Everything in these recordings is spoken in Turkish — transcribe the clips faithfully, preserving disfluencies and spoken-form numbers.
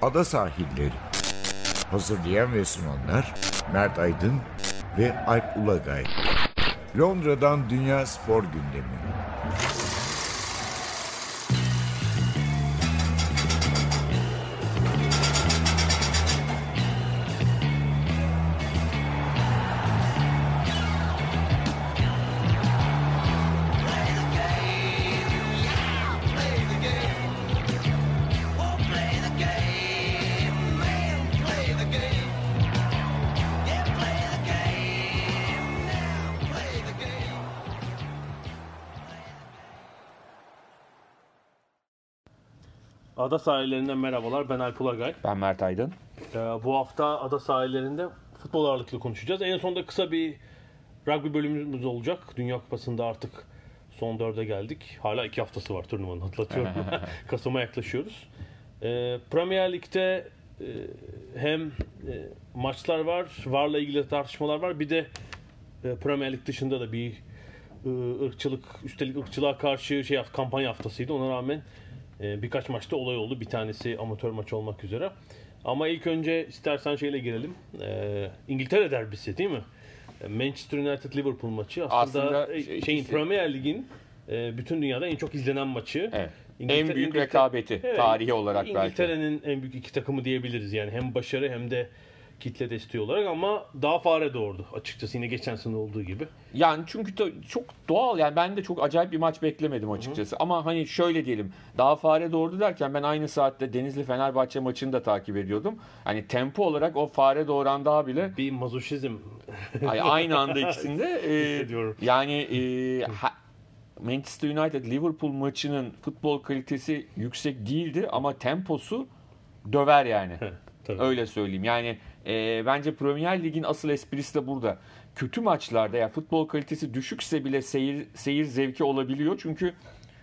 Ada Sahilleri. Hazırlayan ve sunanlar Mert Aydın ve Alp Ulagay. Londra'dan Dünya Spor Gündemi. Ada sahillerinden merhabalar. Ben Alp Ulagay. Ben Mert Aydın. Ee, bu hafta ada sahillerinde futbol ağırlıklı konuşacağız. En sonunda kısa bir rugby bölümümüz olacak. Dünya Kupası'nda artık son dörde geldik. Hala iki haftası var turnuvanın, hatırlatıyorum. Kasım'a yaklaşıyoruz. Ee, Premier Lig'de e, hem e, maçlar var, VAR'la ilgili tartışmalar var. Bir de e, Premier Lig dışında da bir e, ırkçılık, üstelik ırkçılığa karşı şey kampanya haftasıydı. Ona rağmen birkaç maçta olay oldu. Bir tanesi amatör maç olmak üzere. Ama ilk önce istersen şeyle girelim. Ee, İngiltere derbisi değil mi? Manchester United Liverpool maçı. Aslında, Aslında şeyin şey, Premier Lig'in bütün dünyada en çok izlenen maçı. Evet. En büyük İngiltere, rekabeti evet, tarihi olarak belki. İngiltere'nin en büyük iki takımı diyebiliriz yani. Hem başarı hem de kitle desteği olarak, ama daha fare doğurdu açıkçası, yine geçen sene olduğu gibi. Yani çünkü de çok doğal, yani ben de çok acayip bir maç beklemedim açıkçası. Hı-hı. Ama hani şöyle diyelim, daha fare doğurdu derken ben aynı saatte Denizli Fenerbahçe maçını da takip ediyordum. Hani tempo olarak o fare doğuran daha bile bir mazoşizm. Aynı anda ikisinde e, yani e, ha, Manchester United Liverpool maçının futbol kalitesi yüksek değildi ama temposu döver yani. Tabii. Öyle söyleyeyim. Yani e, bence Premier Lig'in asıl esprisi de burada. Kötü maçlarda ya yani futbol kalitesi düşükse bile seyir seyir zevki olabiliyor. Çünkü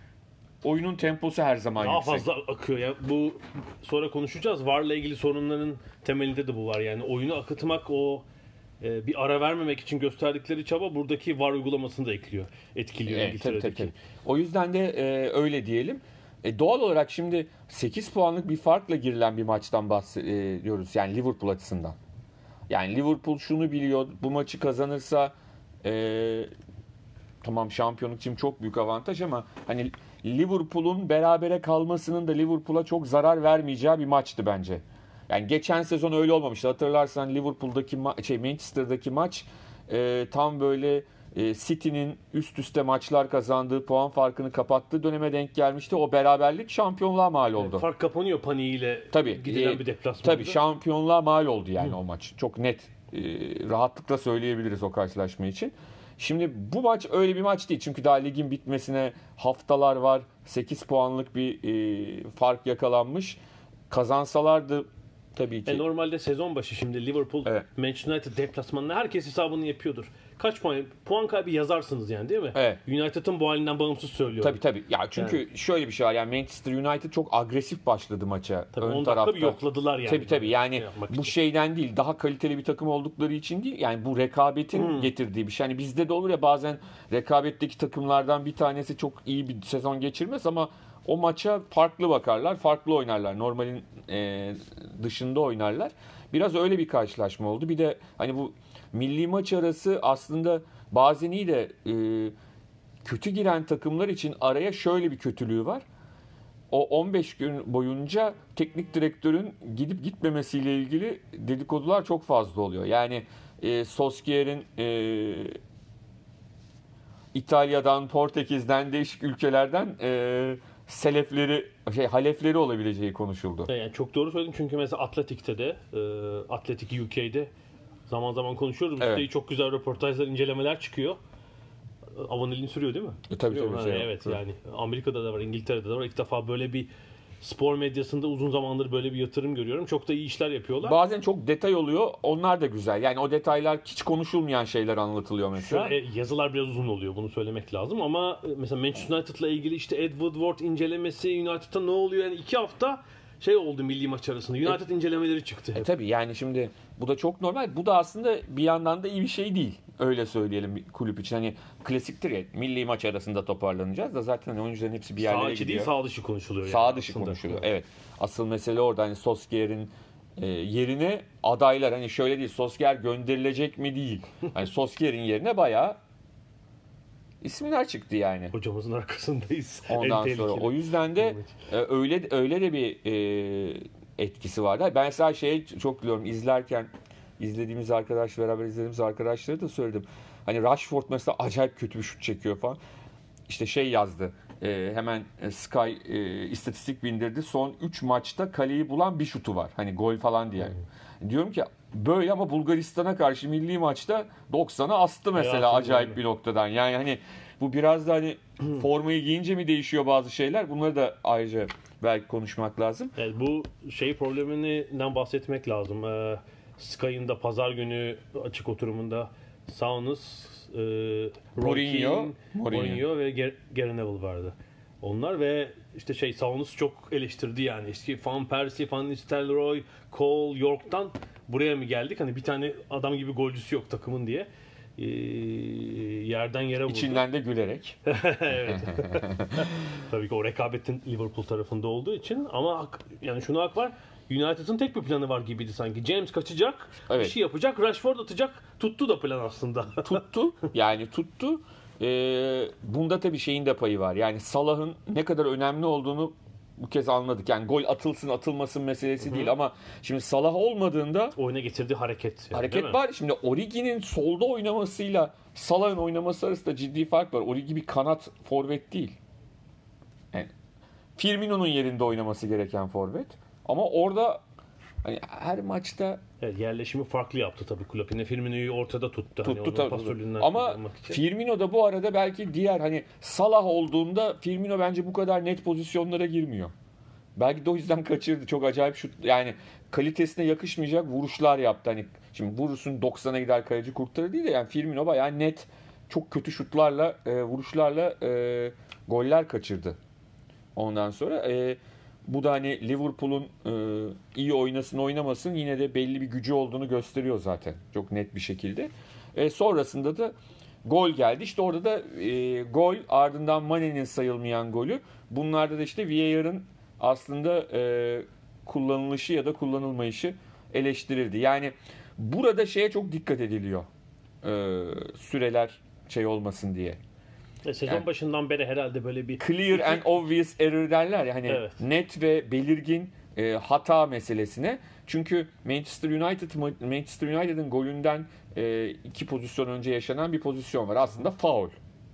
oyunun temposu her zaman daha yüksek. Daha fazla akıyor. Ya bu sonra konuşacağız. VAR'la ilgili sorunların temelinde de bu var. Yani oyunu akıtmak, o e, bir ara vermemek için gösterdikleri çaba buradaki VAR uygulamasını da ekliyor, etkiliyor evet, İngiltere'deki. Tabii, tabii. O yüzden de e, öyle diyelim. E doğal olarak şimdi sekiz puanlık bir farkla girilen bir maçtan bahsediyoruz yani Liverpool açısından. Yani Liverpool şunu biliyor, bu maçı kazanırsa e, tamam şampiyonluk için çok büyük avantaj ama hani Liverpool'un berabere kalmasının da Liverpool'a çok zarar vermeyeceği bir maçtı bence. Yani geçen sezon öyle olmamıştı. Hatırlarsan Liverpool'daki ma- şey Manchester'daki maç e, tam böyle City'nin üst üste maçlar kazandığı, puan farkını kapattığı döneme denk gelmişti. O beraberlik şampiyonluğa mal oldu. Evet, fark kapanıyor paniğiyle tabii, gidilen e, bir deplasmanda. Tabii şampiyonluğa mal oldu yani Hı. o maç. Çok net, e, rahatlıkla söyleyebiliriz o karşılaşma için. Şimdi bu maç öyle bir maç değil. Çünkü daha ligin bitmesine haftalar var. sekiz puanlık bir e, fark yakalanmış. Kazansalardı tabii ki. E normalde sezon başı şimdi Liverpool, evet. Manchester United deplasmanında herkes hesabını yapıyordur. Kaç puan puan kaybı yazarsınız yani, değil mi? Evet. United'ın bu halinden bağımsız söylüyorum. Tabii tabii. Ya çünkü yani şöyle bir şey var. Yani Manchester United çok agresif başladı maça. Tabii ön on tarafta. dakika bir yokladılar yani. Tabii tabii. Yani şey bu şeyden değil. Daha kaliteli bir takım oldukları için değil. Yani bu rekabetin hmm. getirdiği bir şey. Yani bizde de olur ya bazen rekabetteki takımlardan bir tanesi çok iyi bir sezon geçirmez ama o maça farklı bakarlar, farklı oynarlar. Normalin e, dışında oynarlar. Biraz öyle bir karşılaşma oldu. Bir de hani bu milli maç arası aslında bazen iyi de e, kötü giren takımlar için araya şöyle bir kötülüğü var. O on beş gün boyunca teknik direktörün gidip gitmemesiyle ilgili dedikodular çok fazla oluyor. Yani e, Solskjaer'in e, İtalya'dan, Portekiz'den, değişik ülkelerden e, selefleri, şey halefleri olabileceği konuşuldu. Yani çok doğru söyledin çünkü mesela Atletik'te de, e, Atletik U K'de zaman zaman konuşuyoruz. Evet. Üstelik çok güzel röportajlar, incelemeler çıkıyor. Aboneliğini sürüyor değil mi? E, tabii sürüyor tabii. Şey, evet tabii. Yani Amerika'da da var, İngiltere'de de var. İlk defa böyle bir spor medyasında uzun zamandır böyle bir yatırım görüyorum. Çok da iyi işler yapıyorlar. Bazen çok detay oluyor. Onlar da güzel. Yani o detaylar hiç konuşulmayan şeyler anlatılıyor mesela. Şöyle, yazılar biraz uzun oluyor. Bunu söylemek lazım. Ama mesela Manchester United'la ilgili işte Ed Woodward incelemesi, United'ta ne oluyor? Yani iki hafta şey oldu milli maç arasında. United e, incelemeleri çıktı. E, tabii yani şimdi bu da çok normal. Bu da aslında bir yandan da iyi bir şey değil. Öyle söyleyelim kulüp için. Hani klasiktir ya, milli maç arasında toparlanacağız da zaten hani oyuncuların hepsi bir yerlere Sağ içi gidiyor. değil, sağ dışı konuşuluyor. Sağ yani dışı aslında. konuşuluyor. Evet. Asıl mesele orada. Hani Solskjaer'in e, yerine adaylar, hani şöyle değil, Solskjaer gönderilecek mi değil. Hani Solskjaer'in yerine bayağı isimler çıktı yani. Hocamızın arkasındayız. Ondan En sonra tehlikeli. o yüzden de e, öyle öyle de bir e, etkisi vardı. Ben mesela şeye çok biliyorum, izlerken izlediğimiz arkadaş, beraber izlediğimiz arkadaşları da söyledim. Hani Rashford mesela acayip kötü bir şut çekiyor falan. İşte şey yazdı. E, hemen e, Sky e, istatistik bindirdi. Son üç maçta kaleyi bulan bir şutu var. Hani gol falan diye. Hmm. Diyorum ki böyle, ama Bulgaristan'a karşı milli maçta doksan'a astı mesela, Hayatım acayip yani. bir noktadan. Yani hani bu biraz da hani formayı giyince mi değişiyor bazı şeyler? Bunları da ayrıca belki konuşmak lazım. Evet, bu şey probleminden bahsetmek lazım. Ee, Sky'ın da pazar günü açık oturumunda Saunas, e, Roy Mourinho, Keane, Mourinho. Mourinho ve Ger- Gary Neville vardı. Onlar ve işte şey Saunas çok eleştirdi yani. İşte Van Persie, Van Nistelrooy, Cole, York'tan buraya mı geldik? Hani bir tane adam gibi golcüsü yok takımın diye. Ee, yerden yere vurdu. İçinden de gülerek. Evet. Tabii ki o rekabetin Liverpool tarafında olduğu için, ama hak- yani şuna hak var. United'ın tek bir planı var gibiydi sanki. James kaçacak, Evet. bir şey yapacak, Rashford atacak. Tuttu da plan aslında. Tuttu. Yani tuttu. Ee, bunda tabii şeyin de payı var. Yani Salah'ın ne kadar önemli olduğunu bu kez anladık. Yani gol atılsın atılmasın meselesi değil, ama şimdi Salah olmadığında Oyuna getirdiği hareket. Yani, değil hareket mi? var. Şimdi Origi'nin solda oynamasıyla Salah'ın oynaması arasında ciddi fark var. Origi bir kanat forvet değil. Yani Firmino'nun yerinde oynaması gereken forvet. Ama orada hani her maçta Evet, yerleşimi farklı yaptı tabii Klopp. Yine Firmino'yu ortada tuttu. Hani tuttu onun tabii. pasörlüğünden Ama kullanmak için. Firmino da bu arada belki diğer, hani Salah olduğunda Firmino bence bu kadar net pozisyonlara girmiyor. Belki de o yüzden kaçırdı. Çok acayip şut, yani kalitesine yakışmayacak vuruşlar yaptı. Hani şimdi vurursun doksan'a gider kaleci kurtarır değil de, yani Firmino bayağı net çok kötü şutlarla, e, vuruşlarla e, goller kaçırdı. Ondan sonra e, bu da hani Liverpool'un e, iyi oynasın oynamasın yine de belli bir gücü olduğunu gösteriyor zaten. Çok net bir şekilde. E, sonrasında da gol geldi. İşte orada da e, gol, ardından Mane'nin sayılmayan golü. Bunlarda da işte V A R'ın aslında e, kullanılışı ya da kullanılmayışı eleştirildi. Yani burada şeye çok dikkat ediliyor. E, süreler şey olmasın diye. E, sezon yani- başından beri herhalde böyle bir Clear and obvious error derler ya, hani Evet. net ve belirgin e, hata meselesine. Çünkü Manchester United Manchester United'ın golünden e, iki pozisyon önce yaşanan bir pozisyon var. Aslında faul.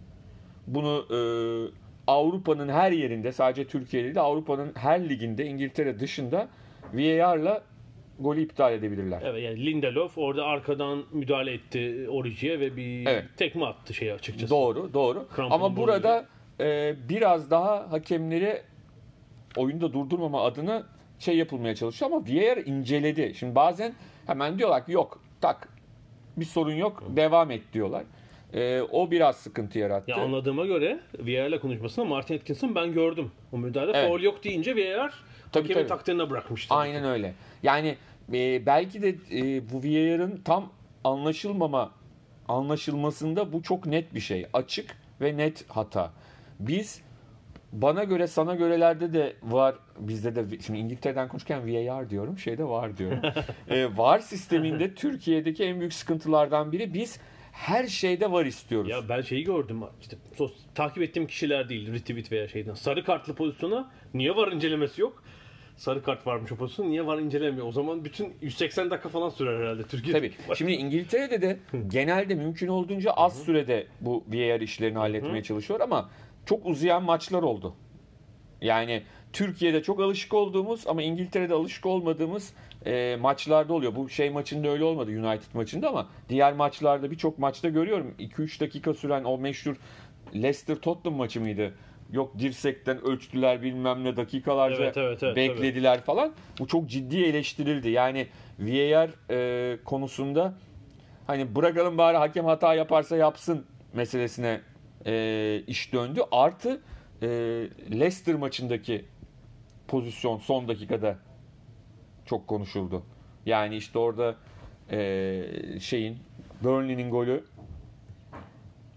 Bunu e, Avrupa'nın her yerinde, sadece Türkiye'de değil, Avrupa'nın her liginde, İngiltere dışında V A R'la golü iptal edebilirler. Evet, yani Lindelof orada arkadan müdahale etti Origi'ye ve bir Evet. tekme attı şey açıkçası. Doğru, doğru. Kramponu Ama burada e, biraz daha hakemleri oyunda durdurmama adına şey yapılmaya çalışıyor, ama V A R inceledi. Şimdi bazen hemen diyorlar ki yok, tak, bir sorun yok, devam et diyorlar. E, o biraz sıkıntı yarattı. Ya anladığıma göre V A R'la konuşmasında Martin Atkinson ben gördüm. O müdahale Evet. faul yok deyince V A R Tabii, hakemin tabii. takdirine bırakmış. tabii Aynen ki. öyle. Yani e, belki de e, bu V A R'ın tam anlaşılmama anlaşılmasında bu çok net bir şey. Açık ve net hata. Biz, bana göre sana görelerde de var, bizde de, şimdi İngiltere'den konuşurken V A R diyorum, şeyde var diyorum. e, var sisteminde Türkiye'deki en büyük sıkıntılardan biri, biz her şeyde var istiyoruz. Ya ben şeyi gördüm işte sos, takip ettiğim kişiler değil, retweet veya şeyden. Sarı kartlı pozisyona niye var incelemesi yok? Sarı kart varmış o pozisyon, niye var incelemiyor? O zaman bütün yüz seksen dakika falan sürer herhalde Türkiye'de. Tabii. Şimdi İngiltere'de de genelde mümkün olduğunca az sürede bu V A R işlerini halletmeye çalışıyor, ama çok uzayan maçlar oldu. Yani Türkiye'de çok alışık olduğumuz ama İngiltere'de alışık olmadığımız e, maçlarda oluyor. Bu şey maçında öyle olmadı, United maçında, ama diğer maçlarda, birçok maçta görüyorum. iki üç dakika süren o meşhur Leicester Tottenham maçı mıydı? Yok dirsekten ölçtüler bilmem ne, dakikalarca Evet, evet, evet, beklediler falan. Bu çok ciddi eleştirildi. Yani V A R e, konusunda hani bırakalım bari hakem hata yaparsa yapsın meselesine e, iş döndü. Artı e, Leicester maçındaki pozisyon son dakikada çok konuşuldu. Yani işte orada e, şeyin, Burnley'nin golü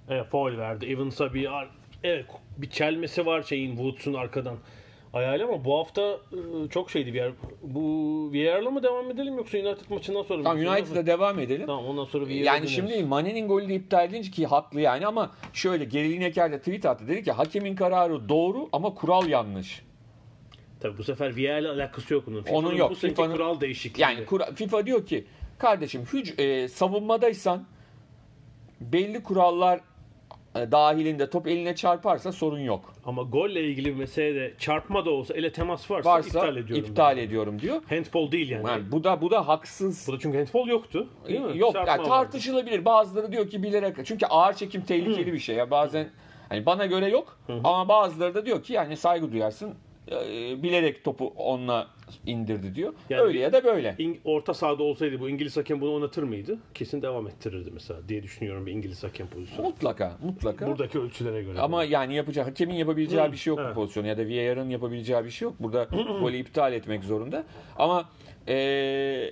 Evet, foul verdi. Evans'a bir evet bir çelmesi var şeyin Woods'un arkadan ayağıyla ama bu hafta e, çok şeydi bir yer. Bu V R'la mı devam edelim yoksa United maçından sonra mı? Tamam, United'la devam edelim. Tamam, ondan sonra V R'la Yani döneriz. şimdi Mane'nin golü de iptal edince ki haklı yani, ama şöyle Gary Lineker de tweet attı, dedi ki hakemin kararı doğru ama kural yanlış. Tabii bu sefer V R ile alakası yok bunun. Onun yok. Bu seneki FIFA'nın kural değişikliği. Yani kura- FIFA diyor ki kardeşim hüc e, savunmadaysan belli kurallar e, dahilinde top eline çarparsa sorun yok. Ama golle ilgili bir mesele de çarpma da olsa ele temas varsa, Varsa iptal ediyorum. iptal ben. ediyorum diyor. Handball değil yani. Yani bu da bu da haksız. Bu da çünkü handball yoktu. Değil mi? Yok Çarpma yani vardı. tartışılabilir. Bazıları diyor ki bilerek. Çünkü ağır çekim tehlikeli bir şey ya. Bazen hani bana göre yok ama bazıları da diyor ki yani saygı duyarsın. e, Bilerek topu onunla indirdi diyor. Yani Öyle ya da böyle. İng- orta sahada olsaydı bu İngiliz hakem bunu oynatır mıydı? Kesin devam ettirirdi mesela diye düşünüyorum bir İngiliz hakem pozisyonu. Mutlaka, mutlaka. Buradaki ölçülere göre. Ama yani yapacak, hakemin yapabileceği Hı, bir şey yok evet. bu pozisyonu ya da V R'ın yapabileceği bir şey yok. Burada golü iptal etmek zorunda. Ama eee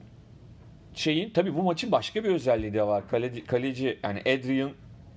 şeyin tabii bu maçın başka bir özelliği de var. Kaleci, kaleci yani Adrian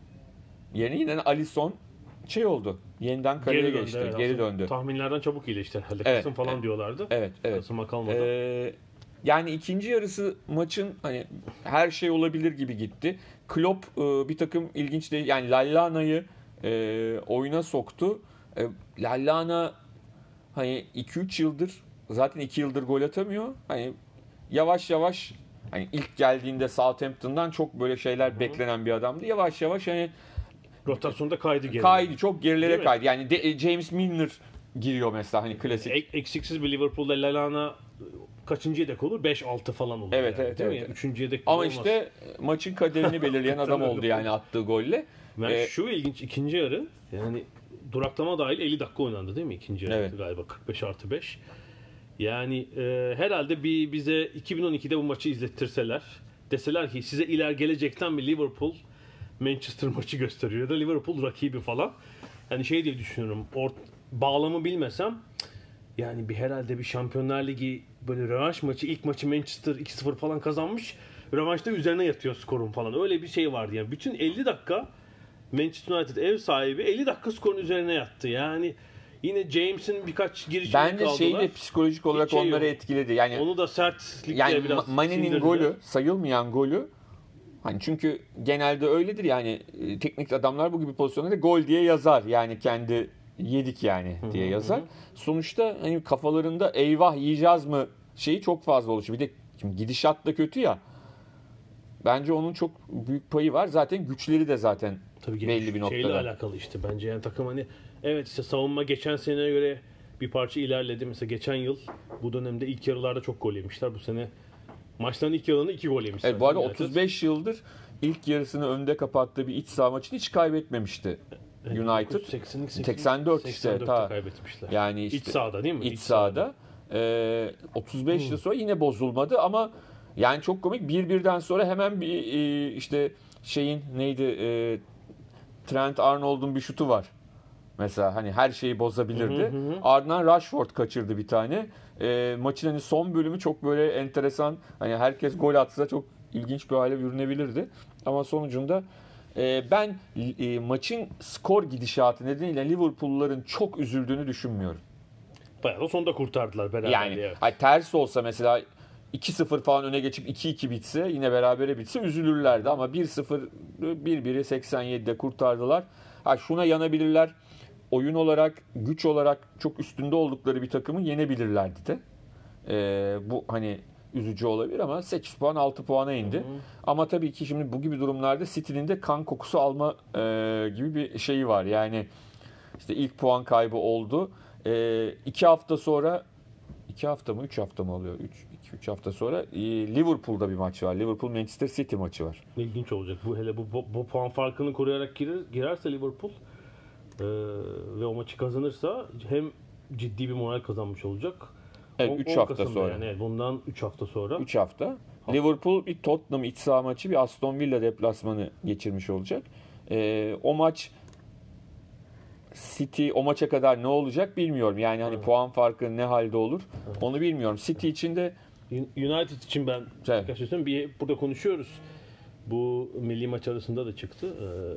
yerine yine Alisson şey oldu. Yeniden kaleye geri döndü, geçti. evet. Geri Aslında döndü. Tahminlerden çabuk iyileşti herhalde. Evet, Kısım falan evet. diyorlardı. Evet, evet. Kısıma kalmadan. Ee, yani ikinci yarısı maçın hani her şey olabilir gibi gitti. Klopp e, bir takım ilginç değil. Yani Lallana'yı e, oyuna soktu. E, Lallana hani iki üç yıldır zaten iki yıldır gol atamıyor. Hani yavaş yavaş hani ilk geldiğinde Southampton'dan çok böyle şeyler beklenen bir adamdı. Yavaş yavaş hani Rotasyonda kaydı geri. kaydı, çok Değil gerilere mi? kaydı. Yani de, James Milner giriyor mesela hani klasik. Ek- eksiksiz bir Liverpool'da Lallana kaçıncı yedek olur? beş altı falan olur. Evet, yani, evet, değil mi? evet. Yani üçüncü yedek Ama olmaz. işte maçın kaderini belirleyen adam oldu yani attığı golle. Ben Ee, şu ilginç ikinci yarı yani duraklama dahil elli dakika oynandı değil mi ikinci yarı Evet. galiba kırk beş artı beş. Yani e, herhalde bir bize iki bin on ikide bu maçı izlettirseler deseler ki size iler gelecekten bir Liverpool Manchester maçı gösteriyor ya da Liverpool rakibi falan. Yani şey diye düşünüyorum. Ort bağlamı bilmesem yani bir herhalde bir Şampiyonlar Ligi böyle rövanş maçı ilk maçı Manchester iki sıfır falan kazanmış. Rövanşta üzerine yatıyor skorun falan. Öyle bir şey vardı yani. Bütün elli dakika Manchester United ev sahibi elli dakika skorun üzerine yattı. Yani yine James'in birkaç girişini Bence kaldılar. şey de psikolojik olarak Hiç şey onları yok. etkiledi. Yani Onu da sertlikle yani biraz Ma- Mane'nin sindirdiler. golü, sayılmayan golü, hani çünkü genelde öyledir yani, e, teknik adamlar bu gibi pozisyonlarda gol diye yazar. Yani kendi yedik yani diye yazar. Sonuçta hani kafalarında eyvah yiyeceğiz mi şeyi çok fazla oluşuyor. Bir de şimdi gidişat da kötü ya. Bence onun çok büyük payı var. Zaten güçleri de zaten Tabii ki belli bir şeyle noktada. alakalı işte bence yani takım hani evet işte savunma geçen seneye göre bir parça ilerledi. Mesela geçen yıl bu dönemde ilk yarılarda çok gol yemişler. Bu sene maçların ilk yarılarında iki gol yemişler. Evet, bu arada United. otuz beş yıldır ilk yarısını önde kapattığı bir iç saha maçını hiç kaybetmemişti United. seksenlik, seksen dört işte, seksen dörtte ta- kaybetmişler. Yani işte İç sahada değil mi? İç sahada. Ee, otuz beş yıl sonra yine bozulmadı ama yani çok komik, bir birden sonra hemen bir e, işte şeyin neydi, e, Trent Arnold'un bir şutu var. Mesela hani her şeyi bozabilirdi. Hı hı hı. Ardından Rashford kaçırdı bir tane. E, maçın hani son bölümü çok böyle enteresan. Hani herkes gol atsa çok ilginç bir hale bürünebilirdi. Ama sonucunda e, ben e, maçın skor gidişatı nedeniyle Liverpool'ların çok üzüldüğünü düşünmüyorum. Bayağı da sonunda kurtardılar beraber. Yani evet. ay, ters olsa mesela iki sıfır falan öne geçip iki iki bitse, yine berabere bitse üzülürlerdi ama bir sıfır bir biri seksen yedide kurtardılar. Ha, şuna yanabilirler. Oyun olarak, güç olarak çok üstünde oldukları bir takımı yenebilirlerdi de. Ee, bu hani üzücü olabilir ama sekiz puan altı puana indi. Hı hı. Ama tabii ki şimdi bu gibi durumlarda City'nin de kan kokusu alma e, gibi bir şeyi var. Yani işte ilk puan kaybı oldu. E, iki hafta sonra iki hafta mı üç hafta mı oluyor? iki üç hafta sonra e, Liverpool'da bir maç var. Liverpool Manchester City maçı var. İlginç olacak. Bu hele bu, bu, bu puan farkını koruyarak girer, girerse Liverpool e, ve o maçı kazanırsa hem ciddi bir moral kazanmış olacak. Evet, üç hafta sonra. Yani, evet, bundan üç hafta sonra. üç hafta. Liverpool bir Tottenham iç saha maçı, bir Aston Villa deplasmanı geçirmiş olacak. E, o maç City o maça kadar ne olacak bilmiyorum. Yani hani evet. puan farkı ne halde olur evet. onu bilmiyorum. City için de United için ben evet. bir burada konuşuyoruz. Bu milli maç arasında da çıktı.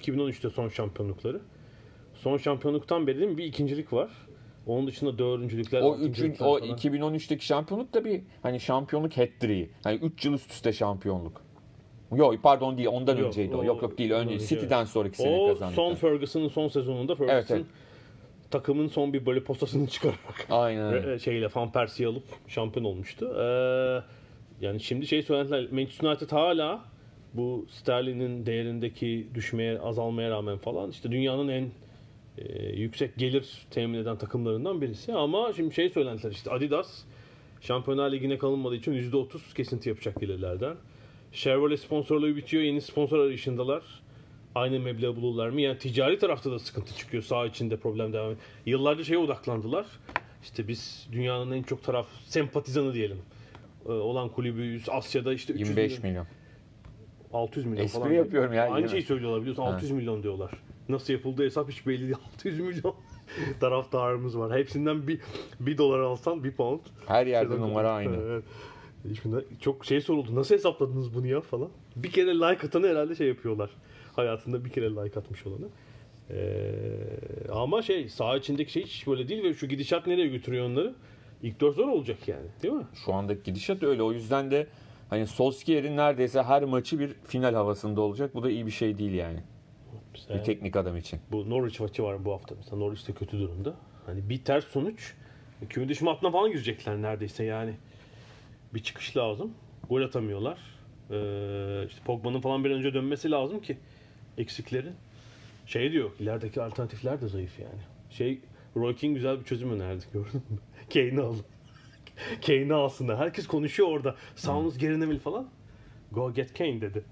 iki bin on üçte son şampiyonlukları. Son şampiyonluktan beri değil mi? Bir ikincilik var. Onun dışında dördüncülükler, O, üçün, altıncılıklar o falan. iki bin on üçteki şampiyonluk da bir hani şampiyonluk hat-trick'i. Hani üç yıl üst üste şampiyonluk. Yok pardon değil ondan Yok, önceydi o. o- Yok yok değil ondan önce. önce, City'den evet. sonraki sene O kazandı. son Ferguson'ın son sezonunda Ferguson Evet, evet. takımın son bir böyle postasını çıkararak Aynen öyle. Re- şeyle Van Persie'yi alıp şampiyon olmuştu. Ee, yani şimdi şey söylentiler, Manchester United hala bu sterlinin değerindeki düşmeye, azalmaya rağmen falan işte dünyanın en e, yüksek gelir temin eden takımlarından birisi. Ama şimdi şey söylentiler işte Adidas Şampiyonlar Ligi'ne kalınmadığı için yüzde otuz kesinti yapacak gelirlerden. Chevrolet sponsorluğu bitiyor, yeni sponsor arayışındalar. Aynı meblağı bulurlar mı? Yani ticari tarafta da sıkıntı çıkıyor. Saha içinde problem devam ediyor. Yıllarca şeye odaklandılar. İşte biz dünyanın en çok taraf sempatizanı diyelim e, olan kulübüyüz. Asya'da işte üç yüz yirmi beş milyon, milyon. altı yüz milyon Espri falan. yapıyorum ya, Aynı yine. şeyi söylüyorlar biliyorsun. altı yüz milyon diyorlar. Nasıl yapıldığı hesap hiç belli değil. altı yüz milyon taraftarımız var. Hepsinden bir, bir dolar alsan bir pound. Her yerde Şeyden- numara aynı. Evet. Hiçbirinden- çok şey soruldu. Nasıl hesapladınız bunu ya falan. Bir kere like atanı herhalde şey yapıyorlar. Hayatında bir kere like atmış olanı. Ee, ama şey saha içindeki şey hiç böyle değil ve şu gidişat nereye götürüyor onları? İlk dört zor olacak yani. Değil mi? Şu andaki gidişat öyle. O yüzden de hani Solskjaer'in neredeyse her maçı bir final havasında olacak. Bu da iyi bir şey değil yani. Mesela Bir teknik adam için. bu Norwich maçı var bu hafta. Mesela Norwich de kötü durumda. Hani bir ters sonuç küme düşme hattına falan girecekler neredeyse yani. Bir çıkış lazım. Gol atamıyorlar. Ee, işte Pogba'nın falan bir an önce dönmesi lazım ki eksikleri. Şey diyor, ilerideki alternatifler de zayıf yani. Şey, Roy Keane güzel bir çözüm önerdi, gördün mü? Kane'i alın. Kane'i alsınlar. Herkes konuşuyor orada. Sounds Gary Neville falan. Go get Kane dedi.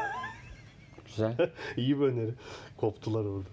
Güzel. İyi bir öneri. Koptular orada.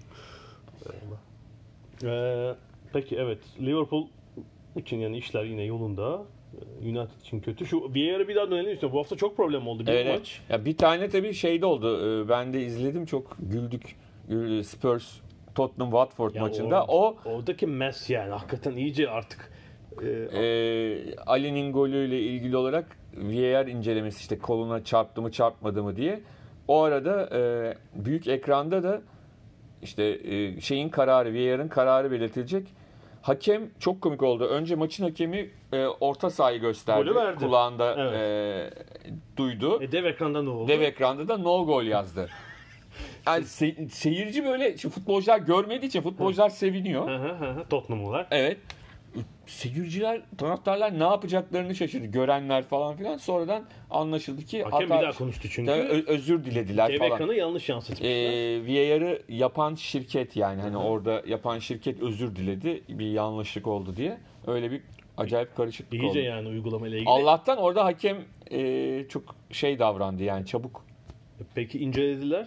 Ee, peki evet. Liverpool için yani işler yine yolunda. United için kötü. Şu bir ara bir daha dönelim üstüne. Bu hafta çok problem oldu. Bir Evet, evet. maç. Ya bir tane tabii şeyde oldu. Ee, Ben de izledim, çok güldük. Gül- Spurs Tottenham Watford Ya maçında. or- O oradaki mess yani hakikaten iyice artık e, e, Ali'nin golüyle ilgili olarak V A R incelemesi, işte koluna çarptı mı çarpmadı mı diye. O arada e, büyük ekranda da işte e, şeyin kararı, V A R'ın kararı belirtilecek. Hakem çok komik oldu. Önce maçın hakemi e, orta sahayı gösterdi. Golü verdi. Kulağında Evet. e, duydu. e, dev ekranda ne oldu? Dev ekranda da no gol yazdı. Yani se- seyirci böyle, şimdi futbolcular görmediği için futbolcular seviniyor. Hı hı hı hı. Tottenham'lılar. Evet. Seyirciler, taraftarlar ne yapacaklarını şaşırdı. Görenler falan filan. Sonradan anlaşıldı ki Hakem bir daha konuştu çünkü. Tabii ö- özür dilediler Dev falan. ekranı yanlış yansıtmışlar. Ee, V A R'ı yapan şirket, yani hani orada yapan şirket özür diledi. Bir yanlışlık oldu diye. Öyle bir acayip karışıklık İyice oldu. yani uygulamayla ilgili. Allah'tan orada hakem e, çok şey davrandı, yani çabuk. Peki incelediler.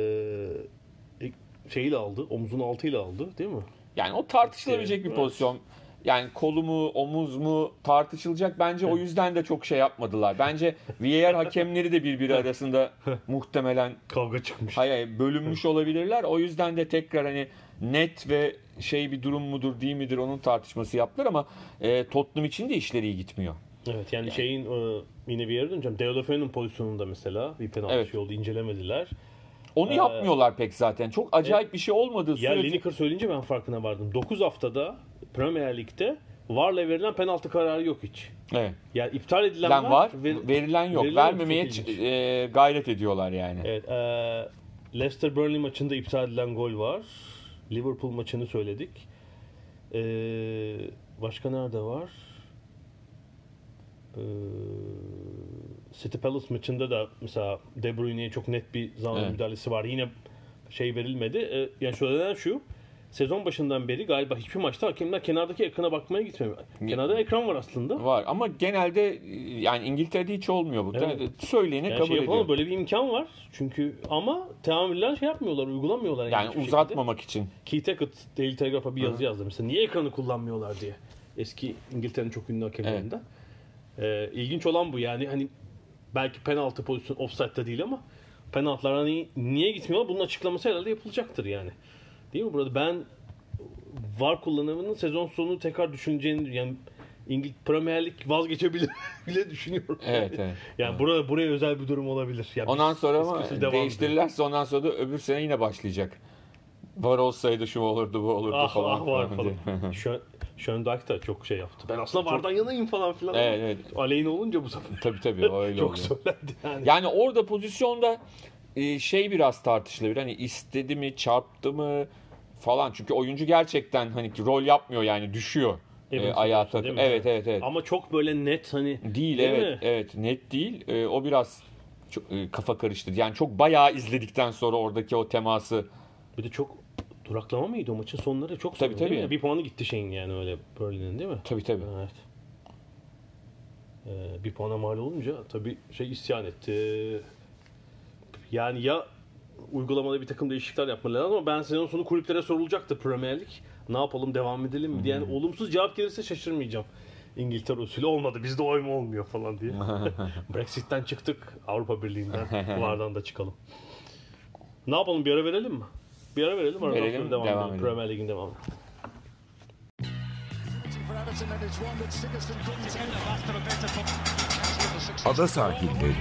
Ee, şeyiyle aldı. Omzun altıyla aldı değil mi? Yani o tartışılabilecek bir Evet. pozisyon. Yani kolu mu, omuz mu tartışılacak. Bence o yüzden de çok şey yapmadılar. Bence V A R hakemleri de birbiri arasında muhtemelen Kavga çıkmış. hayır, hayır, bölünmüş olabilirler. O yüzden de tekrar hani net ve şey bir durum mudur değil midir onun tartışması yaptılar ama e, Tottenham için de işleri iyi gitmiyor. Evet yani, şeyin e, yine bir yere döneceğim. Deulofeu'nun pozisyonunda mesela bir penaltı Evet. şey oldu. İncelemediler. Onu Ee, yapmıyorlar pek zaten. Çok acayip bir şey olmadığı Ya sürece. Lineker söyleyince ben farkına vardım. dokuz haftada Premier Lig'de V A R'la verilen penaltı kararı yok hiç. Evet. Yani iptal edilen Verilen var, ver- verilen yok. verilen yok, Vermemeye çok ilginç. e, gayret ediyorlar yani. Evet, e, Leicester Burnley maçında iptal edilen gol var. Liverpool maçını söyledik. E, başka nerede var? E, City Palace maçında da mesela De Bruyne'ye çok net bir zaman Evet. müdahalesi var. Yine şey verilmedi. E, yani söylenen şu. Sezon başından beri galiba hiçbir maçta hakemler kenardaki ekrana bakmaya gitmiyor. Kenarda ekran var aslında. Var ama genelde yani İngiltere'de hiç olmuyor bu. Evet. Söyleyeni Yani kabul şey yapalım, ediyor. böyle bir imkan var. Çünkü ama teamüller şey yapmıyorlar, uygulamıyorlar. Yani hiçbir uzatmamak için. şekilde. Keith Hackett Daily Telegraph'a bir yazı yazdı mesela. Niye ekranı kullanmıyorlar diye. Eski İngiltere'nin çok ünlü hakemlerinden. Ee, ilginç olan bu yani, hani belki penaltı pozisyonu offside'da değil ama penaltılar hani niye gitmiyorlar? Bunun açıklaması herhalde yapılacaktır yani. Değil mi burada? Ben V A R kullanımının sezon sonu tekrar düşüneceğini, yani İngiliz Premier Lig vazgeçebilir bile düşünüyorum. Evet, evet. Yani evet. buraya buraya özel bir durum olabilir. Yani Ondan sonra ama devam değiştirirlerse ondan sonra da öbür sene yine başlayacak. Var olsaydı şu olurdu bu olurdu ah, falan. ah var falan. falan. Şu Schöndijk da çok şey yaptı. Ben aslında Vardan yanayım falan filan. Evet, evet. Aleyhine olunca bu sefer. Tabii tabii öyle çok oluyor. söylendi yani. Yani orada pozisyonda e, şey biraz tartışılabilir. Hani istedi mi, çarptı mı falan. Çünkü oyuncu gerçekten hani rol yapmıyor yani düşüyor. E, ayağa takıp. Evet evet evet. Ama çok böyle net hani Değil, değil evet mi? evet net değil. E, o biraz çok, e, kafa karıştı. Yani çok bayağı izledikten sonra oradaki o teması. Bir de çok duraklama mıydı o maçın sonları? Çok Tabii, sonra, değil tabii. mi? Bir puanı gitti şeyin yani öyle Burnley'nin değil mi? Tabii tabii. Evet. Ee, bir puana mal olunca tabii şey isyan etti. Yani ya uygulamada bir takım değişiklikler yapmaları lazım ama ben sezon sonu kulüplere sorulacaktı Premier Lig. Ne yapalım, devam edelim mi diye. Yani olumsuz cevap gelirse şaşırmayacağım. İngiltere usulü olmadı. Bizde oy mu olmuyor falan diye. Brexit'ten çıktık. Avrupa Birliği'nden. Vardan da çıkalım. Ne yapalım? Bir ara verelim mi? Bir ara verelim. Aradan Verelim, sonra devam, devam edelim. edelim. Premier Lig'in devamı. Ada sahilleri.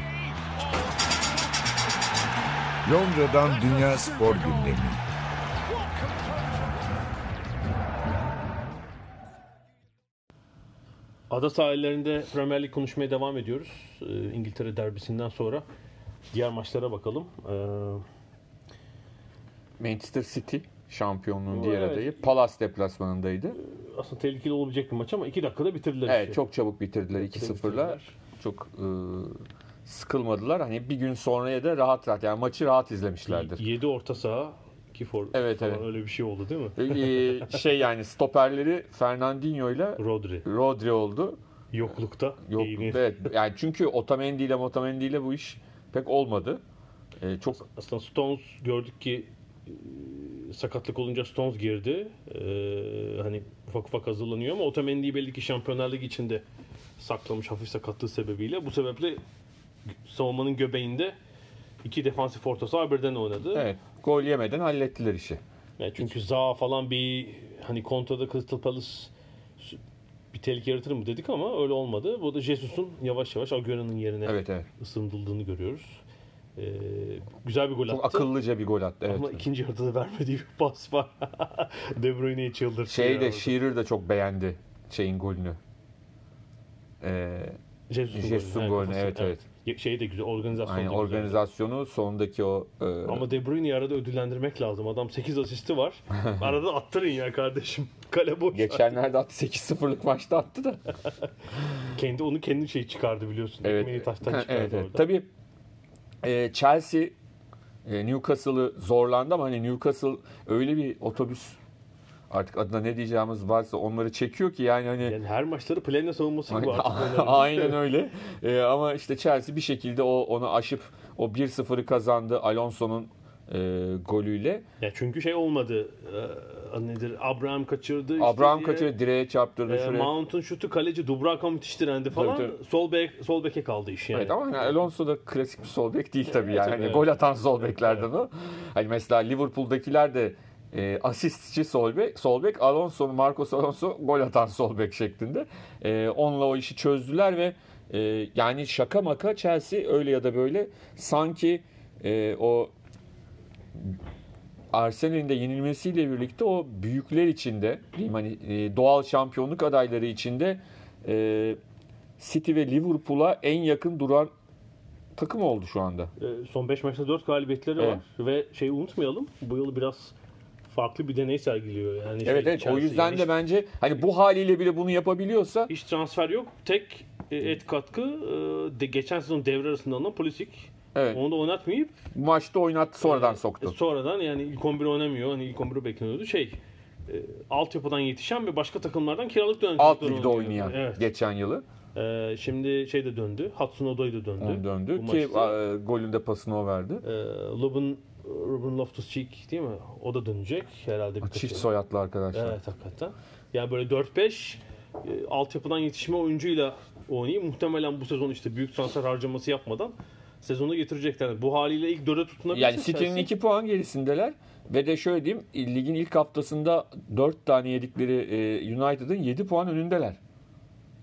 Londra'dan Dünya Spor Gündemi. Ada sahillerinde Premier Lig konuşmaya devam ediyoruz. Ee, İngiltere derbisinden sonra diğer maçlara bakalım. Ee, Manchester City şampiyonluğun O, diğer evet. adayı. Palace deplasmanındaydı. aslında tehlikeli olabilecek bir maç ama iki dakikada bitirdiler. Evet işi. çok çabuk bitirdiler iki sıfırla. bitirdiler. Çok e, sıkılmadılar. Hani bir gün sonraya da rahat rahat yani maçı rahat izlemişlerdir. yedi orta saha, iki forvet Evet, falan evet. öyle bir şey oldu değil mi? E, şey yani stoperleri Fernandinho ile Rodri Rodri oldu. yoklukta. Yok iyi. evet. Yani çünkü Otamendi ile Otamendi ile bu iş pek olmadı. E, çok Aslında Stones gördük ki e, sakatlık olunca Stones girdi. E, hani ufak ufak hazırlanıyor ama Otamendi'yi belli ki Şampiyonlar Ligi içinde saklamış hafif sakatlığı sebebiyle. Bu sebeple savunmanın göbeğinde iki defansif orta saha birden oynadı. evet gol yemeden hallettiler işi. Yani çünkü Zaha falan bir hani kontrada Crystal Palace bir tehlike yaratır mı dedik ama öyle olmadı. Bu da Jesus'un yavaş yavaş Agüero'nun yerine Evet evet. ısındırıldığını görüyoruz. Ee, güzel bir gol Çok attı. akıllıca bir gol attı. Evet. Ama ikinci yarıda da vermediği bir pas var. De Bruyne'yi çıldırttı. Şey ya de orada. Shearer de çok beğendi şeyin golünü. Ee, Jesus'un, Jesus'un golü. golünü, kafası. evet, evet. Ya- Şey de güzel, organizasyon aynı da güzel. organizasyonu sondaki o e, Ama De Bruyne'yi arada ödüllendirmek lazım. Adam sekiz asisti var. Arada attırın ya kardeşim. Kale boş. geçenlerde attı sekiz sıfırlık maçta attı da. Kendi onu kendi şey çıkardı biliyorsun. Evet. Ekmeği taştan çıkardı evet, evet. orada. Tabii e, Chelsea e, Newcastle'ı zorlandı ama hani Newcastle öyle bir otobüs artık adına ne diyeceğimiz varsa onları çekiyor ki yani hani Yani her maçları Plane savunması gibi artık. onların. aynen öyle. E, ama işte Chelsea bir şekilde o onu aşıp o bir sıfırı kazandı Alonso'nun e, golüyle. Ya çünkü şey olmadı. E, nedir? Abraham kaçırdı. işte Abraham diye. kaçırdı, direğe çarptırdı E, şuraya. Mount'un şutu kaleci Dubravka müthiş direndi falan. Tabii, tabii. Sol bek sol beke kaldı iş yani. Evet ama hani Alonso da klasik bir sol bek değil tabii yani. tabii, Hani evet. gol atan sol beklerden o. Hani mesela Liverpool'dakiler de e, asistçi sol bek, sol bek Alonso, Marcos Alonso gol atan sol bek şeklinde. E, onunla o işi çözdüler ve e, yani şaka maka Chelsea öyle ya da böyle sanki e, o Arsenal'in de yenilmesiyle birlikte o büyükler içinde, diyeyim hani e, doğal şampiyonluk adayları içinde e, City ve Liverpool'a en yakın duran takım oldu şu anda. E, son beş maçta dört galibiyetleri Evet. var ve şeyi unutmayalım. Bu yıl biraz farklı bir deney sergiliyor. Yani şey, Evet evet o Chelsea yüzden yani de bence hani bu haliyle bile bunu yapabiliyorsa hiç, hiç transfer yok. Tek e, et katkı e, de, geçen sezon devre arasında alınan Pulisic. evet Onu da oynatmayıp bu maçta oynattı sonradan e, soktu. sonradan yani ilk on bir oynamıyor. Hani ilk on biri bekleniyordu. Şey e, altyapıdan yetişen ve başka takımlardan kiralık dönen Alt çocuklar ligde oynuyor. oynayan Evet. geçen yılı E, şimdi şey de döndü. Hudson Odoi da döndü. onu döndü Bu ki maçta. e, golünde pasını o verdi. E, Ruben, Ruben Loftus-Cheek değil mi? O da dönecek herhalde. birkaç Çift yıl. soyadlı arkadaşlar. Evet hakikaten. Yani böyle dört beş e, altyapıdan yetişme oyuncuyla oynayıp muhtemelen bu sezon işte büyük transfer harcaması yapmadan sezonu getirecekler. Bu haliyle ilk dörde tutunabilirse Yani City'nin Chelsea- iki puan gerisindeler ve de şöyle diyeyim ligin ilk haftasında dört tane yedikleri e, United'ın yedi puan önündeler.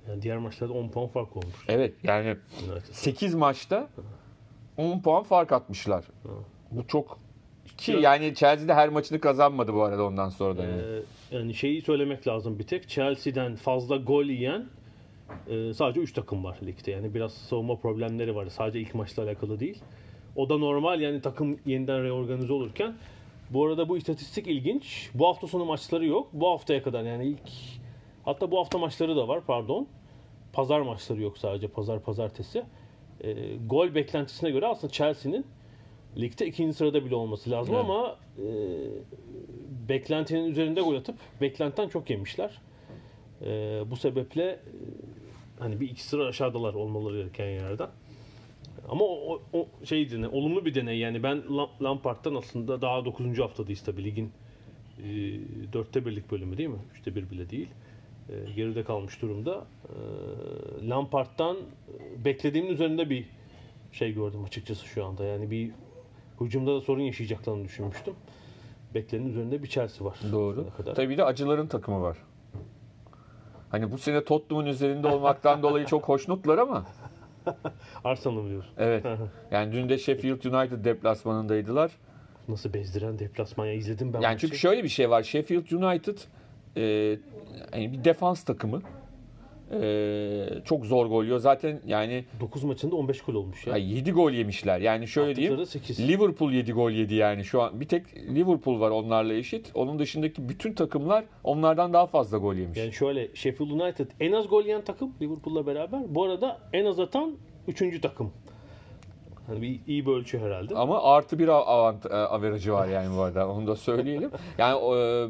Yani diğer maçlarda on puan fark olmuş. Evet yani United. sekiz maçta on puan fark atmışlar. Bu çok ki yani Chelsea'de her maçını kazanmadı bu arada ondan sonra da. Yani. Ee, yani şeyi söylemek lazım bir tek. Chelsea'den fazla gol yiyen e, sadece üç takım var ligde. Yani biraz savunma problemleri var. Sadece ilk maçla alakalı değil. O da normal yani takım yeniden reorganize olurken. Bu arada bu istatistik ilginç. Bu hafta sonu maçları yok. Bu haftaya kadar yani ilk hatta bu hafta maçları da var pardon. Pazar maçları yok sadece pazar pazartesi. E, gol beklentisine göre aslında Chelsea'nin ligde ikinci sırada bile olması lazım Evet. ama e, beklentinin üzerinde gol atıp beklentiden çok yemişler. E, bu sebeple e, hani bir iki sıra aşağıdalar olmaları gereken yerden. Ama o, o, o şey deney, olumlu bir deney. Yani ben Lampard'tan aslında daha dokuzuncu haftadayız tabii ligin e, dörtte birlik bölümü değil mi? Üçte bir bile değil. E, geride kalmış durumda. E, Lampard'tan beklediğimin üzerinde bir şey gördüm açıkçası şu anda. Yani bir hücumda da sorun yaşayacaklarını düşünmüştüm. Beklenenin üzerinde bir Chelsea var. Doğru. Kadar. Tabii bir de acıların takımı var. Hani bu sene Tottenham'ın üzerinde olmaktan dolayı çok hoşnutlar ama. Arsenal mı diyorsun? Evet. Yani dün de Sheffield United deplasmanındaydılar. Nasıl bezdiren deplasman ya izledim ben. Yani maçı. çünkü şöyle bir şey var. Sheffield United e, yani bir defans takımı. E, çok zor gol yiyor. Zaten yani dokuz maçında on beş gol olmuş ya. yedi gol yemişler. Yani şöyle diyeyim. Attıkları sekiz. Liverpool yedi gol yedi yani. Şu an bir tek Liverpool var onlarla eşit. Onun dışındaki bütün takımlar onlardan daha fazla gol yemiş. Yani şöyle Sheffield United en az gol yiyen takım Liverpool'la beraber. Bu arada en az atan üçüncü takım. Hani bir iyi bir ölçü herhalde. Ama artı bir avant averajı var yani bu arada. Onu da söyleyelim. Yani e,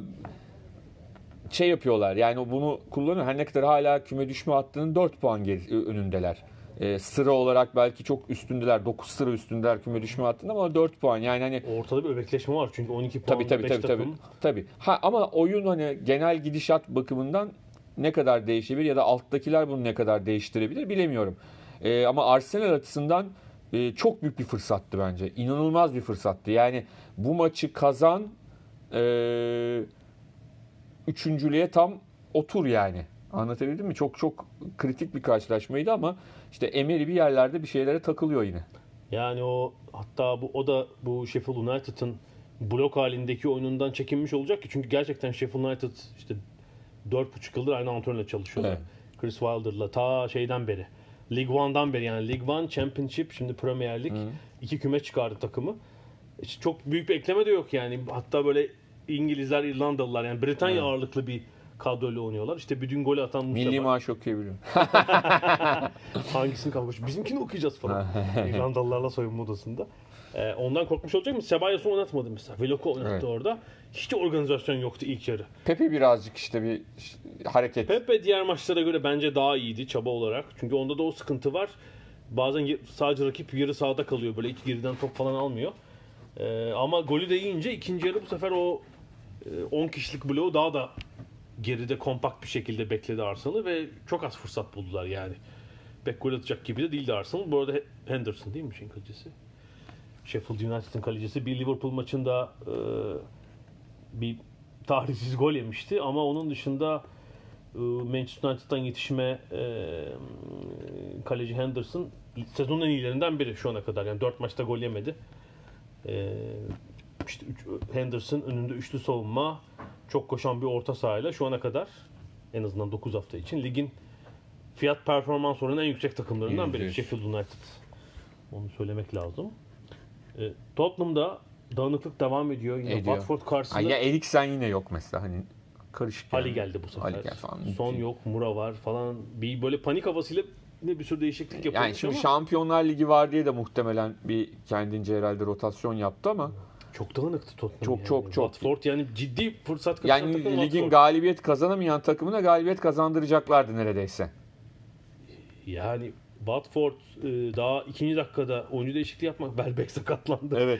şey yapıyorlar. Yani bunu kullanıyor. Her ne kadar hala küme düşme hattının dört puan geri, önündeler. E, sıra olarak belki çok üstündeler. dokuz sıra üstündeler küme düşme hattında ama dört puan. Yani hani Ortada bir öbekleşme var çünkü on iki puan tabii tabii beş tabii takım. tabii. Tabii. Ha ama oyun hani genel gidişat bakımından ne kadar değişebilir ya da alttakiler bunu ne kadar değiştirebilir bilemiyorum. E, ama Arsenal açısından e, çok büyük bir fırsattı bence. İnanılmaz bir fırsattı. Yani bu maçı kazan e, üçüncülüğe tam otur yani. Anlatabildim mi? Çok çok kritik bir karşılaşmaydı ama işte Emery bir yerlerde bir şeylere takılıyor yine. Yani o hatta bu o da bu Sheffield United'ın blok halindeki oyunundan çekinmiş olacak ki çünkü gerçekten Sheffield United işte dört buçuk yıldır aynı antrenörle çalışıyorlar. Evet. Chris Wilder'la ta şeyden beri. League One'dan beri yani League One, Championship, şimdi Premier Lig. Hı. iki küme çıkardı takımı. İşte çok büyük bir ekleme de yok yani. Hatta böyle İngilizler, İrlandalılar yani Britanya evet. ağırlıklı bir kadroyla oynuyorlar. İşte bütün golü atan Mustafa. Milli maaş okuyabilirim. Hangisini kalmış? Bizimkini okuyacağız falan. İrlandalılarla soyunma odasında. Ee, ondan korkmuş olacak mı? Cebalos'u oynatmadı mesela. Velok'u oynattı evet. orada. Hiç organizasyon yoktu ilk yarı. Pepe birazcık işte bir hareket. Pepe diğer maçlara göre bence daha iyiydi çaba olarak. Çünkü onda da o sıkıntı var. Bazen sadece rakip yarı sahada kalıyor. Böyle iki geriden top falan almıyor. Ee, ama golü de yiyince ikinci yarı bu sefer o on kişilik bloğu daha da geride kompakt bir şekilde bekledi Arsenal'ı ve çok az fırsat buldular yani. Pek gol atacak gibi de değildi Arsenal. Bu arada Henderson değil mi şeyin kalecisi? Sheffield United'ın kalecisi bir Liverpool maçında e, bir tarihsiz gol yemişti ama onun dışında e, Manchester United'dan yetişme e, kaleci Henderson sezonun en iyilerinden biri şu ana kadar. Yani dört maçta gol yemedi. E, işte üç, Henderson önünde üçlü savunma, çok koşan bir orta sahayla şu ana kadar en azından dokuz hafta için ligin fiyat performans oranı en yüksek takımlarından biri Sheffield United. Onu söylemek lazım. E, Tottenham'da dağınıklık devam ediyor. Yine ediyor. Watford karşısında. Ya Eriksen yine yok mesela hani karışık. Ali yani. geldi bu sefer. Ali geldi falan. Son yok, Mura var falan. Bir böyle panik havasıyla yine bir sürü değişiklik yapılmış yani şimdi ama. Şampiyonlar Ligi var diye de muhtemelen bir kendince herhalde rotasyon yaptı ama çok dağınıktı Tottenham. Çok yani. çok çok. Watford yani ciddi fırsat kaçıran yani takım ligin Watford. galibiyet kazanamayan takımına galibiyet kazandıracaklardı neredeyse. Yani Watford daha ikinci dakikada oyuncu değişikliği yapmak, Welbeck sakatlandı. Evet.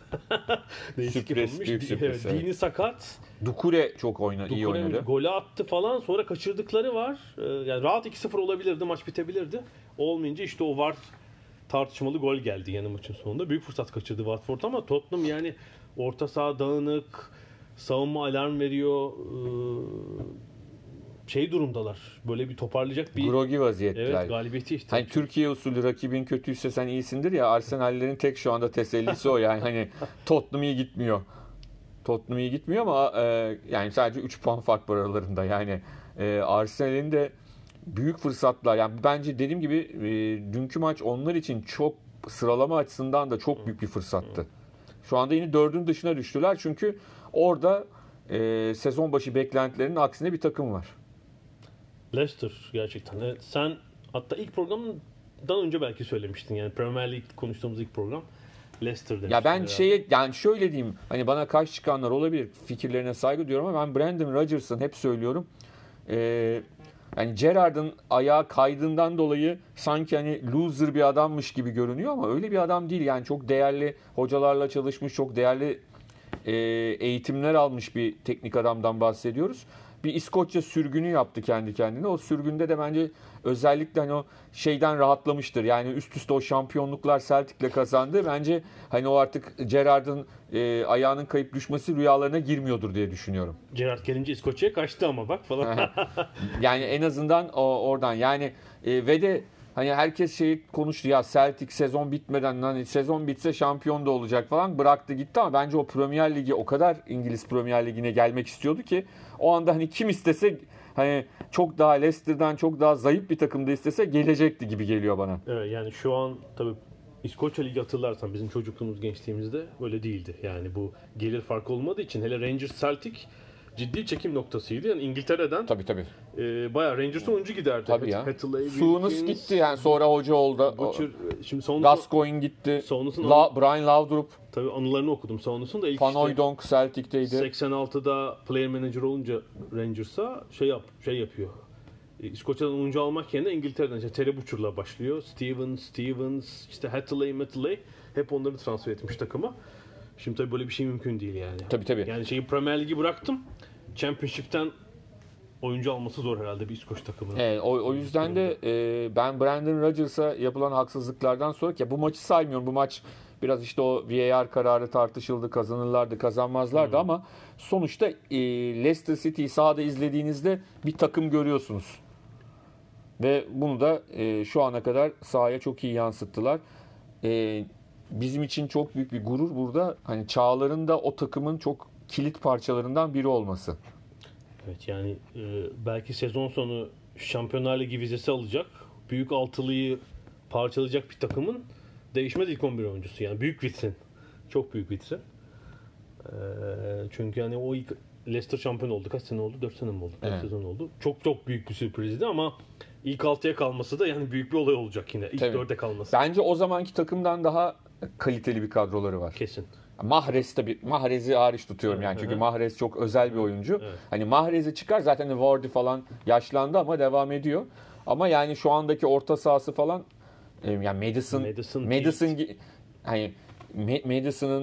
Sürpriz, büyük sürpriz. Evet. Dini sakat. Doucouré çok oyna, iyi oynadı. Golü attı falan, sonra kaçırdıkları var. Yani rahat iki sıfır olabilirdi, maç bitebilirdi. Olmayınca işte o var tartışmalı gol geldi yani maçın sonunda. Büyük fırsat kaçırdı Watford ama Tottenham yani orta saha dağınık, savunma alarm veriyor. şey durumdalar. Böyle bir toparlayacak bir Grogi vaziyetler. evet, galibiyeti işte. Hani Türkiye usulü rakibin kötüyse sen iyisindir ya, Arsenal'lerin tek şu anda tesellisi o yani hani Tottenham iyi gitmiyor. Tottenham iyi gitmiyor ama e, yani sadece üç puan fark var aralarında. Yani e, Arsenal'in de büyük fırsatlar. Yani bence dediğim gibi e, dünkü maç onlar için çok sıralama açısından da çok büyük bir fırsattı. Şu anda yine dördün dışına düştüler çünkü orada e, sezon başı beklentilerinin aksine bir takım var. Leicester gerçekten. Evet, sen hatta ilk programdan önce belki söylemiştin. Yani Premier League konuştuğumuz ilk program Leicester demiştin. Ya ben herhalde. şeye yani şöyle diyeyim, hani bana karşı çıkanlar olabilir, fikirlerine saygı duyuyorum ama ben Brendan Rodgers'ın hep söylüyorum. Ee, yani Gerrard'ın ayağı kaydığından dolayı sanki hani loser bir adammış gibi görünüyor ama öyle bir adam değil. Yani çok değerli hocalarla çalışmış, çok değerli e, eğitimler almış bir teknik adamdan bahsediyoruz. Bir İskoçya sürgünü yaptı kendi kendine. O sürgünde de bence özellikle hani o şeyden rahatlamıştır. Yani üst üste o şampiyonluklar Celtic'le kazandı. Bence hani o artık Gerrard'ın e, ayağının kayıp düşmesi rüyalarına girmiyordur diye düşünüyorum. Gerrard gelince İskoçya'ya kaçtı ama bak falan. Yani en azından o, oradan yani e, ve de hani herkes şeyi konuştu ya, Celtic sezon bitmeden hani sezon bitse şampiyon da olacak falan, bıraktı gitti ama bence o Premier Ligi, o kadar İngiliz Premier Ligi'ne gelmek istiyordu ki o anda hani kim istese, hani çok daha Leicester'dan çok daha zayıf bir takımda istese gelecekti gibi geliyor bana. Evet, yani şu an tabii İskoçya Ligi hatırlarsan bizim çocukluğumuz, gençliğimizde öyle değildi. Yani bu gelir farkı olmadığı için hele Rangers Celtic ciddi çekim noktasıydı. Yani İngiltere'den Tabii tabii. e, bayağı Rangers'ın oyuncu giderdi. Tabii ya. Hathaway, Suunus Wilkins, gitti yani, sonra hoca oldu. Butcher, şimdi Saunus, Gascoigne gitti. Saunus'un La, Brian Laudrup, tabii anılarını okudum Saunus'un da ilk Van işte Hooijdonk Celtic'teydi. seksen altıda player manager olunca Rangers'a şey yap şey yapıyor. E, İskoçya'dan oyuncu almak yerine İngiltere'den işte Terry Butcher'la başlıyor. Stevens, Stevens, işte Hathaway, Hathaway hep onları transfer etmiş takıma. Şimdi tabii böyle bir şey mümkün değil yani. Tabii tabii. Yani şeyi Premier Ligi bıraktım. Championship'ten oyuncu alması zor herhalde bir İskoç takımının. Evet, o, o yüzden de e, ben Brendan Rodgers'a yapılan haksızlıklardan sonra, ki bu maçı saymıyorum. Bu maç biraz işte o V A R kararı tartışıldı. Kazanırlardı, kazanmazlardı hmm. ama sonuçta e, Leicester City'yi sahada izlediğinizde bir takım görüyorsunuz. Ve bunu da e, şu ana kadar sahaya çok iyi yansıttılar. E, bizim için çok büyük bir gurur burada. Hani Çağlar'ın da o takımın çok kilit parçalarından biri olması. Evet, yani e, belki sezon sonu Şampiyonlar Ligi vizesi alacak, büyük altılıyı parçalayacak bir takımın değişmez ilk on bir oyuncusu. Yani büyük vitrin. Çok büyük vitrin. E, çünkü hani o ilk Leicester şampiyon oldu. Kaç sene oldu? dört sene mi oldu? dört evet. sezon oldu. Çok çok büyük bir sürprizdi ama ilk altıya kalması da yani büyük bir olay olacak yine. İlk dörde kalması. Bence o zamanki takımdan daha kaliteli bir kadroları var. Kesin. Mahrez tabii, Mahrez'i hariç tutuyorum yani çünkü Mahrez çok özel bir oyuncu. Evet. Hani Mahrez'i çıkar zaten, Wardy falan yaşlandı ama devam ediyor. Ama yani şu andaki orta sahası falan yani Madison Madison, Madison hani Madison'ın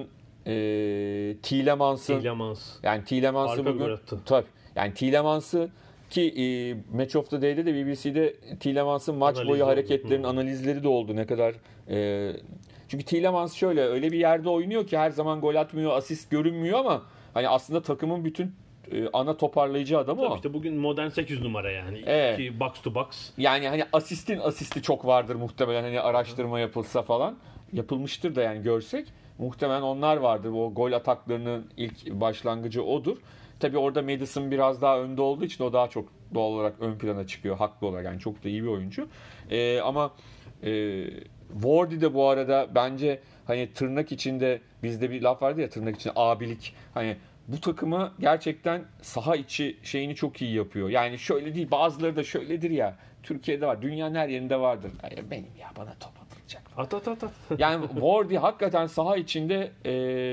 e, Tielemans'ın Tielemans. yani Tielemans'ı bugün tabii yani Tielemans'ı ki e, Match of the Day'de de B B C'de Tielemans'ın maç Analiz boyu oldu. hareketlerin Hı. analizleri de oldu, ne kadar e, çünkü Tielemans şöyle öyle bir yerde oynuyor ki her zaman gol atmıyor, asist görünmüyor ama hani aslında takımın bütün e, ana toparlayıcı adamı Tabii o. işte bugün modern sekiz numara yani. Evet. İki box to box. Yani hani asistin asisti çok vardır muhtemelen, hani araştırma yapılsa falan. Yapılmıştır da yani görsek. Muhtemelen onlar vardır. O gol ataklarının ilk başlangıcı odur. Tabii orada Madison biraz daha önde olduğu için o daha çok doğal olarak ön plana çıkıyor. Haklı olarak yani, çok da iyi bir oyuncu. E, ama e, Wardy de bu arada bence hani tırnak içinde, bizde bir laf vardı ya tırnak içinde, abilik. Hani bu takımı gerçekten saha içi şeyini çok iyi yapıyor. Yani şöyle değil, bazıları da şöyledir ya. Türkiye'de var, dünyanın her yerinde vardır. Ay benim ya, bana top atılacak. At at at at. Yani Wardy hakikaten saha içinde e,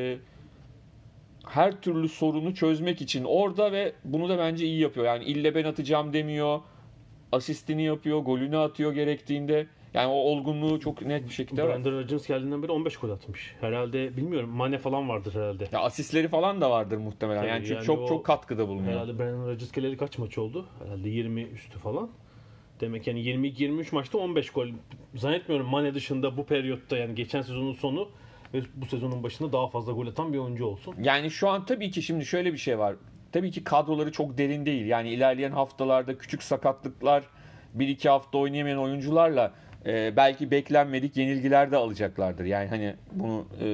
her türlü sorunu çözmek için orada ve bunu da bence iyi yapıyor. Yani ille ben atacağım demiyor. Asistini yapıyor, golünü atıyor gerektiğinde. Yani o olgunluğu çok net bir şekilde var. Brendan Rodgers geldiğinden beri on beş gol atmış. Herhalde bilmiyorum, Mane falan vardır herhalde. Ya asistleri falan da vardır muhtemelen. Tabii yani çünkü yani çok çok katkıda bulunuyor. Herhalde Brendan Rodgers geleli kaç maç oldu? Herhalde yirmi üstü falan. Demek yani yirmi iki yirmi üç maçta on beş gol. Zannetmiyorum Mane dışında bu periyotta, yani geçen sezonun sonu ve bu sezonun başında daha fazla gol atan bir oyuncu olsun. Yani şu an tabii ki şimdi şöyle bir şey var. tabii ki kadroları çok derin değil. Yani ilerleyen haftalarda küçük sakatlıklar, bir iki hafta oynayamayan oyuncularla e, belki beklenmedik yenilgiler de alacaklardır. Yani hani bunu e,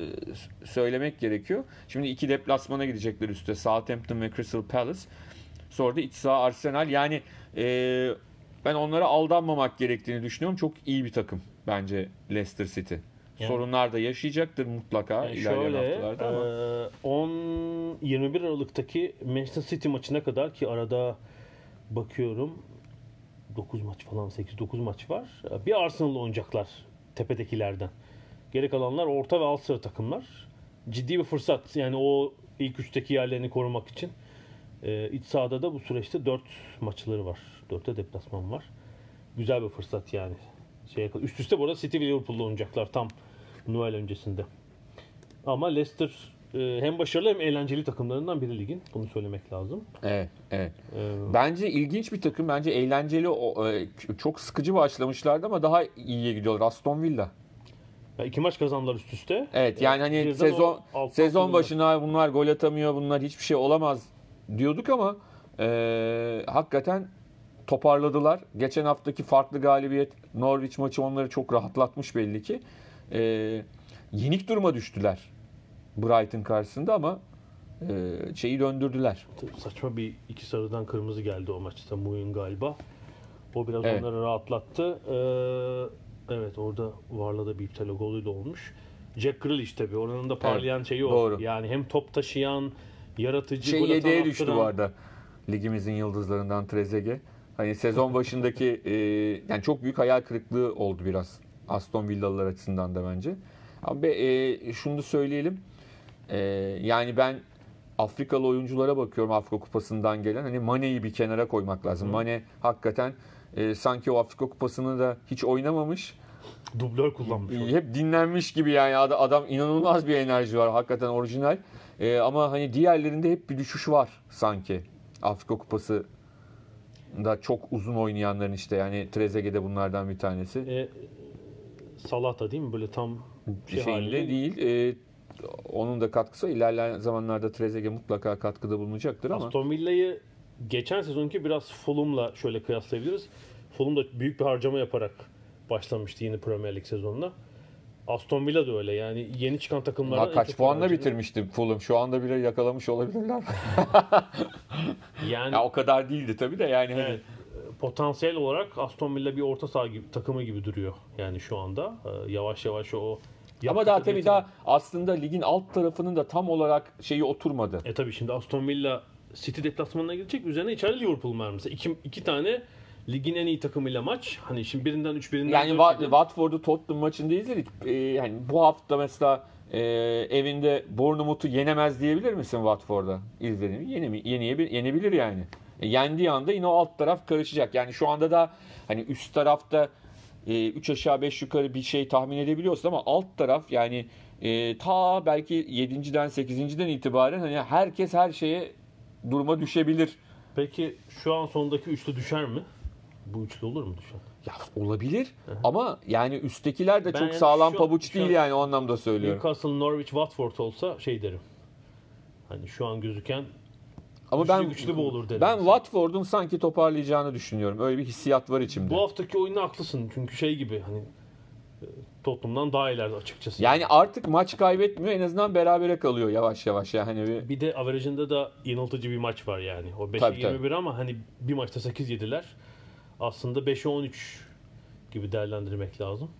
söylemek gerekiyor. Şimdi iki deplasmana gidecekler üstte. Southampton ve Crystal Palace. Sonra da iç saha Arsenal. Yani e, ben onlara aldanmamak gerektiğini düşünüyorum. Çok iyi bir takım bence Leicester City. Yani, sorunlar da yaşayacaktır mutlaka yani ilerleyen şöyle, haftalarda ama. on yirmi bir Aralık'taki Manchester City maçına kadar ki arada bakıyorum dokuz maç falan sekiz dokuz maç var. Bir Arsenal'la oynayacaklar tepedekilerden. Geri kalanlar orta ve alt sıra takımlar. Ciddi bir fırsat. Yani o ilk üçteki yerlerini korumak için. Ee, iç sahada da bu süreçte dört maçları var. dörtte deplasman var. Güzel bir fırsat yani. Şeye, üst üste bu arada City ve Liverpool'la oynayacaklar tam Noel öncesinde. Ama Leicester e, hem başarılı hem eğlenceli takımlarından biri ligin. Bunu söylemek lazım. Evet, evet. Ee, Bence ilginç bir takım. Bence eğlenceli. O, e, çok sıkıcı başlamışlardı ama daha iyiye gidiyorlar. Aston Villa. Ya iki maç kazandılar üst üste. Evet, yani hani Birden sezon o sezon başına bunlar gol atamıyor, bunlar hiçbir şey olamaz diyorduk ama e, hakikaten toparladılar. Geçen haftaki farklı galibiyet Norwich maçı onları çok rahatlatmış belli ki. E, yenik duruma düştüler Brighton karşısında ama e, şeyi döndürdüler. Saçma bir iki sarıdan kırmızı geldi o maçta Muin galiba. O biraz Evet. onları rahatlattı. Ee, evet orada Varla da bir iptal golü olmuş. Jack Grealish tabii oranın da parlayan Evet, şeyi o. doğru. Yani hem top taşıyan, yaratıcı, Şey gol atan, yedeğe düştü attıran. bu arada. Ligimizin yıldızlarından Trezeguet. Hani sezon başındaki e, yani çok büyük hayal kırıklığı oldu biraz Aston Villalılar açısından da bence. Ama be, e, şunu da söyleyelim. E, yani ben Afrikalı oyunculara bakıyorum Afrika Kupası'ndan gelen. Hani Mane'yi bir kenara koymak lazım. Hı. Mane hakikaten e, sanki o Afrika Kupası'nı da hiç oynamamış. Dublör kullanmış. Hep dinlenmiş gibi yani adam, adam inanılmaz bir enerji var. Hakikaten orijinal. E, ama hani diğerlerinde hep bir düşüş var sanki. Afrika Kupası da çok uzun oynayanların işte yani Trezeguet de bunlardan bir tanesi. E, Salah da değil mi? Böyle tam şey Şeyinde hali. değil. E, onun da katkısı var. İlerleyen zamanlarda Trezeguet mutlaka katkıda bulunacaktır ama. Aston Villa'yı geçen sezonki biraz Fulham'la şöyle kıyaslayabiliriz. Fulham da büyük bir harcama yaparak başlamıştı yeni Premier Lig sezonuna. Aston Villa da öyle yani yeni çıkan takımlardan Ha, kaç puanla bitirmişti Fulham? Şu anda bile yakalamış olabilirler. Yani ya o kadar değildi tabii de yani. Hani... Evet, potansiyel olarak Aston Villa bir orta saha gibi, takımı gibi duruyor yani şu anda. Ee, yavaş yavaş o ama daha tabii daha aslında ligin alt tarafının da tam olarak şeyi oturmadı. E tabii şimdi Aston Villa City deplasmanına gidecek. Üzerine içeride Liverpool var mesela. İki, iki tane ligin en iyi takımıyla maç. Hani şimdi birinden üç birinden yani dört. Wa- Watford'u Tottenham maçında izledik. Ee, yani bu hafta mesela e, evinde Bournemouth'u yenemez diyebilir misin Watford'a? İzlediğini yeni yenebilir, yenebilir yani. E, yendiği anda yine o alt taraf karışacak. Yani şu anda da hani üst tarafta üç aşağı beş yukarı bir şey tahmin edebiliyorsun ama alt taraf yani e, ta belki yedinciden sekizinciden itibaren hani herkes her şeye duruma düşebilir. Peki şu an sondaki üçlü düşer mi? Bu üçlü olur mu düşer? Ya olabilir. Hı-hı. Ama yani üsttekiler de ben çok yani sağlam şu, pabuç şu değil yani o anlamda söylüyorum. Newcastle, Norwich, Watford olsa şey derim. Hani şu an gözüken ama güçlü, ben güçlü bu olur derim. Ben Watford'un sanki toparlayacağını düşünüyorum. Öyle bir hissiyat var içimde. Bu haftaki oyunda haklısın. Çünkü şey gibi hani Tottenham'dan daha ileride açıkçası. Yani artık maç kaybetmiyor. En azından berabere kalıyor yavaş yavaş. Yani bir, bir de average'ında da yanıltıcı bir maç var yani. O beşe tabii, yirmi bir tabii. ama hani bir maçta sekiz yediler. Aslında beşe on üç gibi değerlendirmek lazım.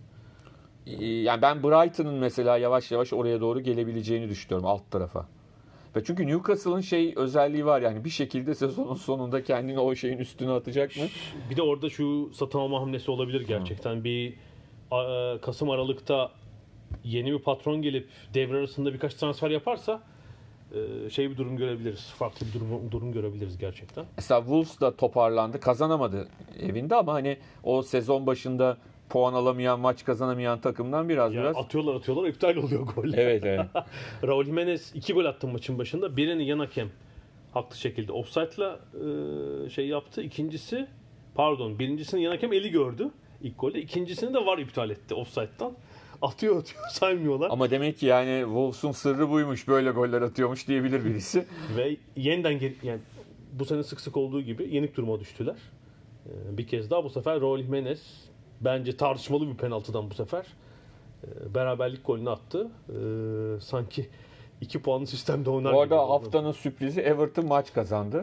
Yani ben Brighton'ın mesela yavaş yavaş oraya doğru gelebileceğini düşünüyorum alt tarafa. Ve çünkü Newcastle'ın şey özelliği var yani bir şekilde sezonun sonunda kendini o şeyin üstüne atacak mı? Bir de orada şu satın alma hamlesi olabilir gerçekten. Hmm. Bir Kasım Aralık'ta yeni bir patron gelip devre arasında birkaç transfer yaparsa şey bir durum görebiliriz. Farklı bir durum, durum görebiliriz gerçekten. Mesela Wolves da toparlandı. Kazanamadı evinde ama hani o sezon başında puan alamayan, maç kazanamayan takımdan biraz yani biraz. Atıyorlar atıyorlar iptal oluyor gol. Evet evet. Raul Jimenez iki gol attı maçın başında. Birini yan hakem haklı şekilde offside'la e, şey yaptı. İkincisi pardon birincisini yan hakem eli gördü ilk golde. İkincisini de V A R iptal etti offside'dan. atıyor atıyor saymıyorlar. Ama demek ki yani Wolves'un sırrı buymuş. Böyle goller atıyormuş diyebilir birisi. Ve yeniden geri, yani bu sene sık sık olduğu gibi yenik duruma düştüler. Ee, bir kez daha bu sefer Raul Jimenez bence tartışmalı bir penaltıdan bu sefer e, beraberlik golünü attı. Ee, sanki iki puanlı sistemde oynar Bu gibi. arada haftanın sürprizi Everton maç kazandı.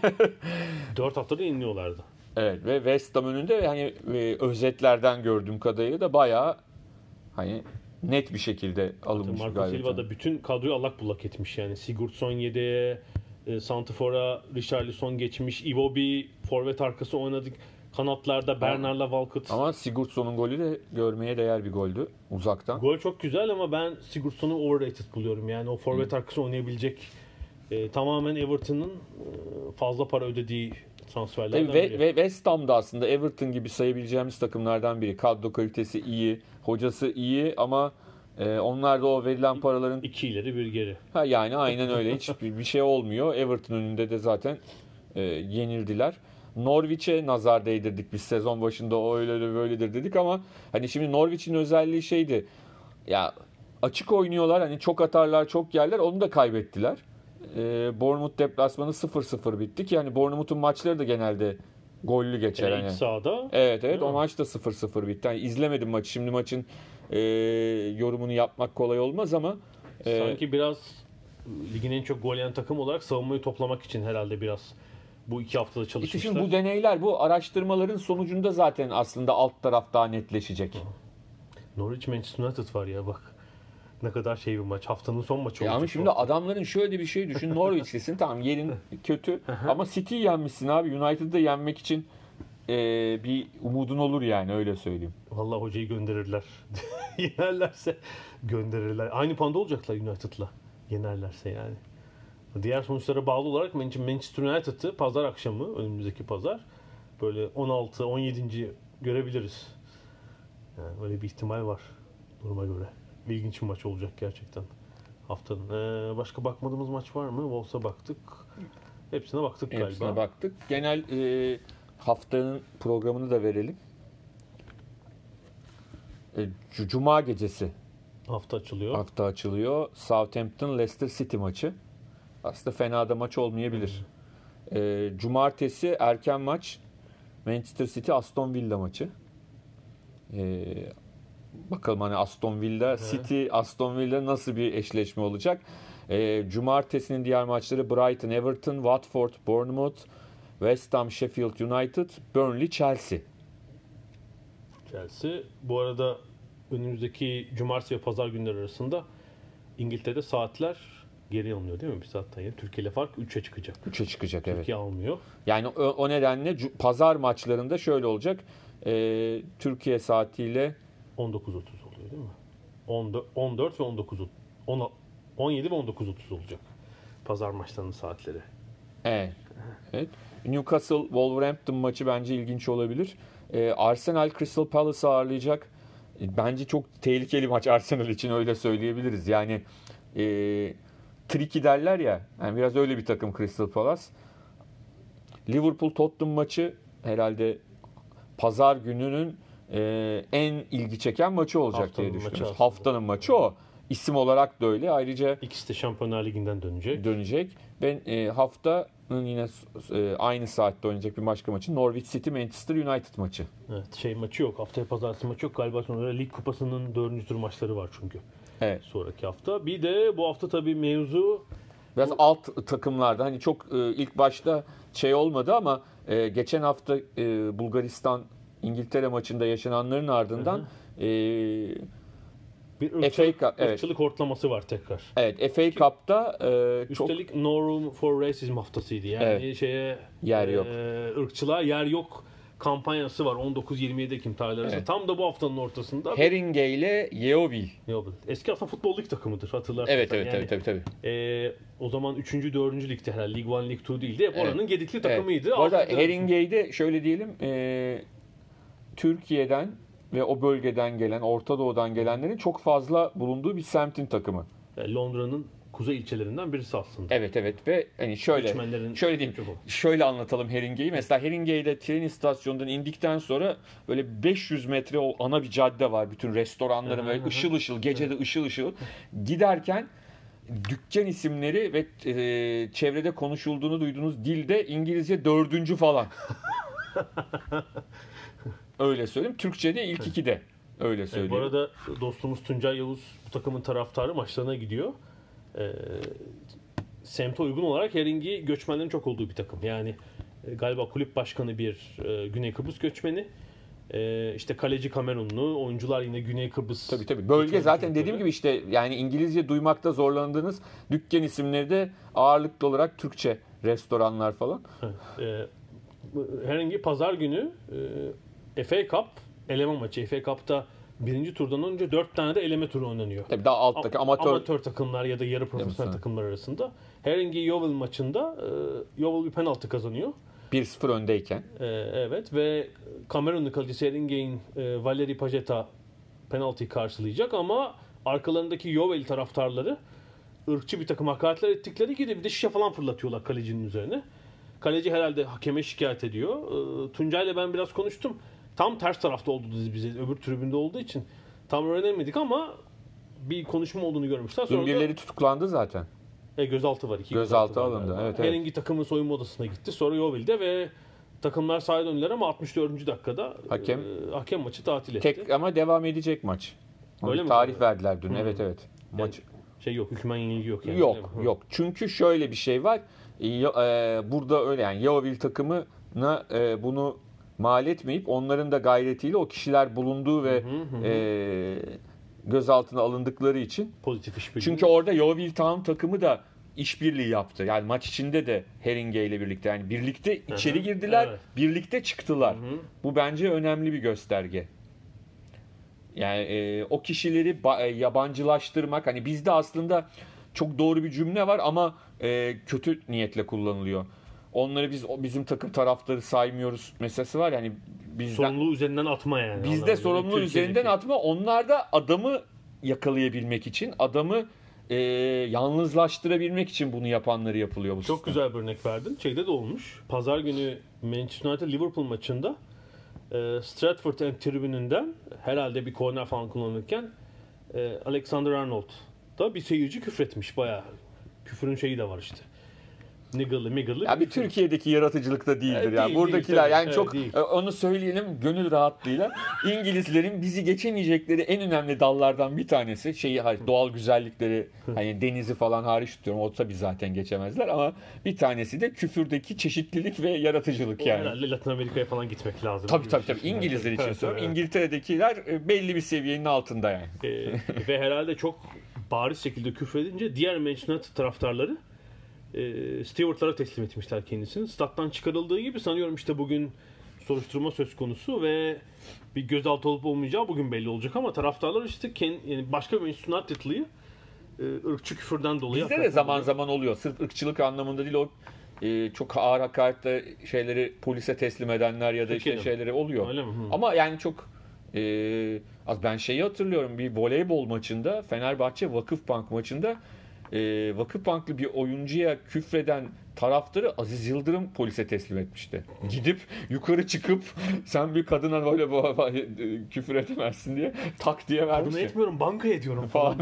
dört haftada yeniliyorlardı. Evet ve West Ham önünde hani e, özetlerden gördüğüm kadarıyla da bayağı hani net bir şekilde alınmış bir Marco galibiyet. Silva da bütün kadroyu allak bullak etmiş yani. Sigurdsson yedeğe, e, Santifor'a Richarlison geçmiş. Iwobi forvet arkası oynadık. Kanatlarda Bernard'la Walcott. Ama Sigurdsson'un golü de görmeye değer bir goldü uzaktan. Gol çok güzel ama ben Sigurdsson'u overrated buluyorum. Yani o forvet arkası oynayabilecek e, tamamen Everton'ın e, fazla para ödediği transferlerden Tabii ve, biri. ve West Ham'da aslında Everton gibi sayabileceğimiz takımlardan biri. Kadro kalitesi iyi, hocası iyi ama e, onlar da o verilen paraların İki ileri bir geri. ha yani aynen öyle hiçbir bir şey olmuyor. Everton önünde de zaten e, yenildiler. Norwich'e nazar değdirdik biz sezon başında o öyle de böyledir dedik ama hani şimdi Norwich'in özelliği şeydi. Ya açık oynuyorlar hani çok atarlar çok yerler onu da kaybettiler. E, Bournemouth deplasmanı sıfır sıfır bitti ki yani Bournemouth'un maçları da genelde gollü geçer. Yani hani. iç sahada. Evet evet o Değil mi? maç da sıfır sıfır bitti. Yani izlemedim maçı. Şimdi maçın e, yorumunu yapmak kolay olmaz ama e, Sanki biraz ligin en çok gol yiyen takım olarak savunmayı toplamak için herhalde biraz bu iki haftada işte çalışmışlar. şimdi bu deneyler, bu araştırmaların sonucunda zaten aslında alt taraf daha netleşecek. Norwich Manchester United var ya bak. Ne kadar şey bir maç. Haftanın son maçı Ya olacak. ama şimdi adamların şöyle bir şey düşün. Norwich'lisin tamam yerin kötü ama City'yi yenmişsin abi. United'ı yenmek için e, bir umudun olur yani öyle söyleyeyim. Vallahi hocayı gönderirler. Yenerlerse gönderirler. Aynı panda olacaklar United'la. Yenerlerse yani. Diğer sonuçlara bağlı olarak Manchester United'ı pazar akşamı, önümüzdeki pazar böyle on altı on yedinci görebiliriz. Yani öyle bir ihtimal var duruma göre. İlginç bir maç olacak gerçekten haftanın. Ee, başka bakmadığımız maç var mı? Wolves'a baktık. Hepsine baktık galiba. Hepsine baktık. Genel e, haftanın programını da verelim. E, Cuma gecesi Hafta açılıyor. hafta açılıyor. Southampton Leicester City maçı. Aslında fena da maç olmayabilir. E, Cumartesi erken maç Manchester City Aston Villa maçı. E, bakalım hani Aston Villa City Aston Villa nasıl bir eşleşme olacak? E, Cumartesinin diğer maçları Brighton, Everton, Watford, Bournemouth, West Ham, Sheffield United, Burnley, Chelsea. Chelsea. Bu arada önümüzdeki cumartesi ve pazar günleri arasında İngiltere'de saatler geri alınıyor değil mi? Bir saatten yani. Türkiye ile fark üçe çıkacak. üçe çıkacak evet. Türkiye almıyor. Yani o, o nedenle cu- pazar maçlarında şöyle olacak. E, Türkiye saatiyle on dokuz otuz oluyor değil mi? on dört, on dört ve on dokuz on, on yedi ve on dokuz otuz olacak. Pazar maçlarının saatleri. evet. evet. Newcastle Wolverhampton maçı bence ilginç olabilir. E, Arsenal Crystal Palace ağırlayacak. E, bence çok tehlikeli maç Arsenal için öyle söyleyebiliriz. Yani e, tricky derler ya. Yani biraz öyle bir takım Crystal Palace. Liverpool Tottenham maçı herhalde pazar gününün e, en ilgi çeken maçı olacak Haftanın diye maçı düşünüyoruz. aslında. Haftanın maçı o. İsim olarak da öyle. Ayrıca İkisi de Şampiyonlar Ligi'nden dönecek. dönecek. Ben e, haftanın yine e, aynı saatte oynayacak bir başka maçı Norwich City Manchester United maçı. Evet, şey maçı yok. Haftaya pazartesi maçı yok. Galiba sonra Lig Kupası'nın dördüncü tur maçları var çünkü. Evet. Sonraki hafta. Bir de bu hafta tabii mevzu Biraz alt takımlarda hani çok e, ilk başta şey olmadı ama e, geçen hafta e, Bulgaristan İngiltere maçında yaşananların ardından e, bir F A ırkçılık, Cup, evet. ırkçılık hortlaması var tekrar. evet F A Cup'ta e, çok Üstelik No Room for Racism haftasıydı. Yani Evet. şeye Yer yok. E, ırkçılığa yer yok kampanyası var on dokuz yirmi yedi Ekim tarihleri arasında. Evet. Tam da bu haftanın ortasında. Haringey ile Yeovil. Yok, eski aslında futbol lig takımıdır hatırlarsın. Evet sen. evet Yani, tabii tabii tabii. e, o zaman üçüncü dördüncü ligde herhalde League bir League iki değildi. Hep Evet. oranın gedikli Evet. takımıydı. Bu arada Aslında- Haringey'de şöyle diyelim e, Türkiye'den ve o bölgeden gelen, Orta Doğu'dan gelenlerin çok fazla bulunduğu bir semtin takımı. E, Londra'nın kuzey ilçelerinden birisi aslında. Evet evet ve hani şöyle Göçmenlerin şöyle diyeyim. çok o. Şöyle anlatalım Haringey'i. Mesela Haringey'de tren istasyonundan indikten sonra böyle beş yüz metre o ana bir cadde var. Bütün restoranların Hı böyle hı. ışıl ışıl, gecede ışıl ışıl. Giderken dükkan isimleri ve e, çevrede konuşulduğunu duyduğunuz dilde İngilizce dördüncü falan. Öyle söyleyeyim. Türkçe'de ilk ikide. Öyle Evet, söyleyeyim. bu arada dostumuz Tuncay Yavuz bu takımın taraftarı maçlarına gidiyor. Ee, semte uygun olarak Haringey göçmenlerin çok olduğu bir takım. Yani e, galiba kulüp başkanı bir e, Güney Kıbrıs göçmeni. E, işte kaleci Kamerunlu, oyuncular yine Güney Kıbrıs. Tabii tabii. Bölge göçmen zaten çocukları. dediğim gibi işte yani İngilizce duymakta zorlandığınız dükkan isimleri de ağırlıklı olarak Türkçe restoranlar falan. Evet. E, Haringey pazar günü e, F A Cup eleme maçı. F A Cup'ta birinci turdan önce dört tane de eleme turu oynanıyor. Tabii daha alttaki amatör, amatör takımlar ya da yarı profesyonel Evet, takımlar arasında. Haringey Yeovil maçında e, Yeovil bir penaltı kazanıyor. bir sıfır öndeyken. E, evet ve Kamerunlu kalecisi Haringey'in e, Valeri Pajeta penaltıyı karşılayacak ama arkalarındaki Yeovil taraftarları ırkçı bir takım hakaretler ettikleri gibi bir de şişe falan fırlatıyorlar kalecinin üzerine. Kaleci herhalde hakeme şikayet ediyor. E, Tuncay'la ben biraz konuştum. Tam ters tarafta oldu bize öbür tribünde olduğu için tam öğrenemedik ama bir konuşma olduğunu görmüşler. Sonra Dün birileri tutuklandı zaten. da, e, gözaltı var. iki Gözaltı var alındı, galiba. evet, evet. Haringey takımın soyunma odasına gitti. Sonra Yeovil'de ve takımlar sahaya döndüler ama altmış dördüncü dakikada Hakem- e, hakem maçı tatil etti. Tek ama devam edecek maç. Öyle mi? Tarih verdiler dün. Hı. Evet evet. Yani Maç şey yok, hükmen yenilgi yok yani. yok yok. Çünkü şöyle bir şey var. E, e, burada öyle yani Yeovil takımına e, bunu mal etmeyip onların da gayretiyle o kişiler bulunduğu ve Hı hı hı. e, gözaltına alındıkları için. Pozitif işbirliği. Çünkü orada Yeovil Town takımı da işbirliği yaptı. Yani maç içinde de Haringey ile birlikte yani birlikte içeri Hı hı, girdiler, evet. birlikte çıktılar. Hı hı. Bu bence önemli bir gösterge. Yani e, o kişileri ba- e, yabancılaştırmak hani bizde aslında çok doğru bir cümle var ama e, kötü niyetle kullanılıyor. Onları biz o bizim takım taraftarı saymıyoruz meselesi var yani bizden sorumluluğu üzerinden atma yani. bizde Anladın mı? sorumluluğu Türkiye'deki. üzerinden atma onlar da adamı yakalayabilmek için adamı e, yalnızlaştırabilmek için bunu yapanları yapılıyor bu Çok sistem. güzel bir örnek verdin. Şeyde de olmuş. Pazar günü Manchester United Liverpool maçında e, Stratford End tribününden herhalde bir korner falan kullanırken e, Alexander Arnold da bir seyirci küfretmiş bayağı. Küfürün şeyi de var işte. Niggle'lı miggle'lı. Ya bir küfür. Türkiye'deki yaratıcılıkta değildir Evet, ya. değil, Buradakiler değil, yani tabii. çok Evet, değil. e, onu söyleyelim gönül rahatlığıyla. İngilizlerin bizi geçemeyecekleri en önemli dallardan bir tanesi şeyi hayır, doğal güzellikleri hani denizi falan hariç tutuyorum. O tabii zaten geçemezler ama bir tanesi de küfürdeki çeşitlilik ve yaratıcılık O yani. herhalde Latin Amerika'ya falan gitmek lazım. Tabii gibi tabii bir şey. tabii İngilizler için Evet, söylüyorum. evet. İngiltere'dekiler e, belli bir seviyenin altında yani. Ee, ve herhalde çok bariz şekilde küfredince diğer Manchester United taraftarları e, stewardlara teslim etmişler kendisini. Stat'tan çıkarıldığı gibi sanıyorum işte bugün soruşturma söz konusu ve bir gözaltı olup olmayacağı bugün belli olacak ama taraftarlar işte kendi, yani başka bir Manchester United'lıyı e, ırkçı küfürden dolayı Bizde de zaman zaman oluyor. Sırf ırkçılık anlamında değil o e, çok ağır hakaretle şeyleri polise teslim edenler ya da işte Peki. şeyleri oluyor. Öyle mi? Hı. Ama yani çok e, az ben şeyi hatırlıyorum bir voleybol maçında Fenerbahçe Vakıfbank maçında e, Vakıfbanklı bir oyuncuya küfreden taraftarı Aziz Yıldırım polise teslim etmişti. Gidip yukarı çıkıp sen bir kadına böyle bu, bu- küfür edemezsin diye tak diye Bunu vermişti. etmiyorum, banka ediyorum falan.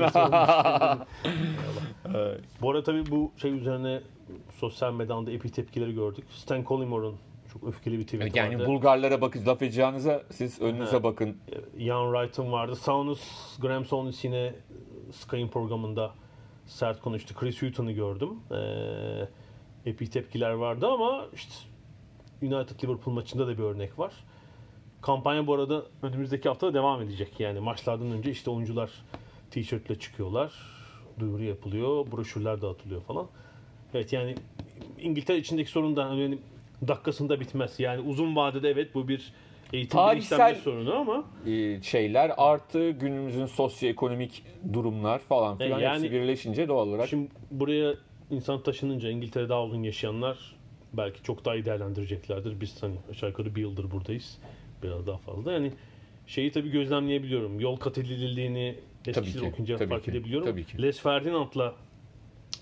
Evet. Bu arada tabii bu şey üzerine sosyal medyada epey tepkileri gördük. Stan Collimore'un çok öfkeli bir tweet Yani vardı. Bulgarlara bakın laf edeceğinize siz önünüze Evet. bakın. Ian Wright'ın vardı. Saunus, Graham Saunus yine Sky'ın programında sert konuştu. Chris Hutton'u gördüm. Ee, epey tepkiler vardı ama işte United Liverpool maçında da bir örnek var. Kampanya bu arada önümüzdeki hafta da devam edecek. Yani maçlardan önce işte oyuncular tişörtle çıkıyorlar. Duyuru yapılıyor. Broşürler dağıtılıyor falan. Evet yani İngiltere içindeki sorun da hani dakikasında bitmez. Yani uzun vadede evet bu bir eğitim Tarihsel- bilinçlenme sorunu ama Ee, şeyler artı günümüzün sosyoekonomik durumlar falan filan E, yani- hepsi birleşince doğal olarak şimdi buraya insan taşınınca İngiltere'de daha uzun yaşayanlar belki çok daha iyi değerlendireceklerdir. Biz hani aşağı yukarı bir yıldır buradayız. Biraz daha fazla. Yani şeyi tabii gözlemleyebiliyorum. Yol kat edildiğini Tabii eskisi ki, okuyunca tabii fark ki, edebiliyorum. tabii ki. Les Ferdinand'la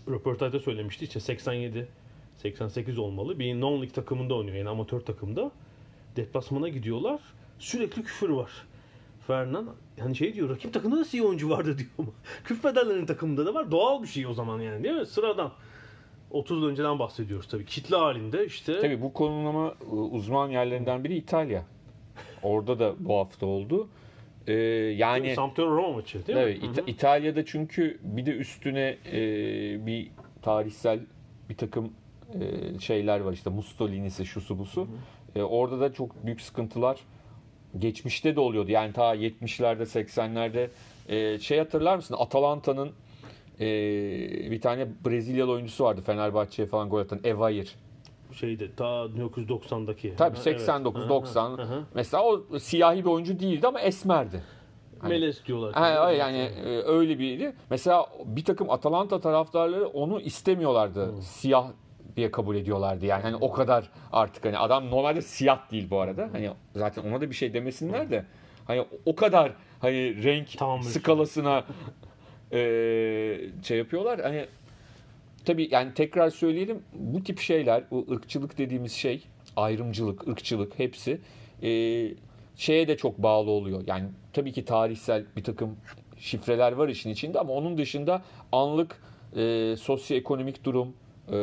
röportajda söylemişti. İşte seksen yedi seksen sekiz olmalı. Bir non-lig takımında oynuyor. Yani amatör takımda. Deplasmana gidiyorlar. Sürekli küfür var. Fernan hani şey diyor, rakip takımda nasıl iyi oyuncu vardı diyor ama küfredenlerin takımında da var. Doğal bir şey o zaman yani, değil mi? Sıradan. otuz yıl önceden bahsediyoruz tabii. Kitle halinde işte. Tabii bu konunun ama uzman yerlerinden biri İtalya. Orada da bu hafta oldu. Ee, yani Sampdoria Roma maçı değil evet, mi? İta- İtalya'da çünkü bir de üstüne e, bir tarihsel bir takım e, şeyler var, işte Mussolini'si, şusu busu. E, orada da çok büyük sıkıntılar geçmişte de oluyordu. Yani ta yetmişlerde seksenlerde e, şey hatırlar mısın? Atalanta'nın e, bir tane Brezilyalı oyuncusu vardı, Fenerbahçe'ye falan gol atan, Evair. Şeyde ta bin dokuz yüz doksandaki. Tabii Ha, seksen dokuz evet. doksan. Aha, aha. Mesela o siyahi bir oyuncu değildi ama esmerdi. Hani- Meles diyorlar. Ha, yani e, öyle biriydi. Mesela bir takım Atalanta taraftarları onu istemiyorlardı. Hmm. Siyah diye kabul ediyorlardı. Yani hani o kadar artık, hani adam normalde siyah değil bu arada. Hani zaten ona da bir şey demesinler de hani o kadar hani renk Tahammül. skalasına e, şey yapıyorlar. Hani tabii yani tekrar söyleyelim, bu tip şeyler, bu ırkçılık dediğimiz şey, ayrımcılık, ırkçılık hepsi e, şeye de çok bağlı oluyor. Yani tabii ki tarihsel bir takım şifreler var işin içinde ama onun dışında anlık e, sosyoekonomik durum, e,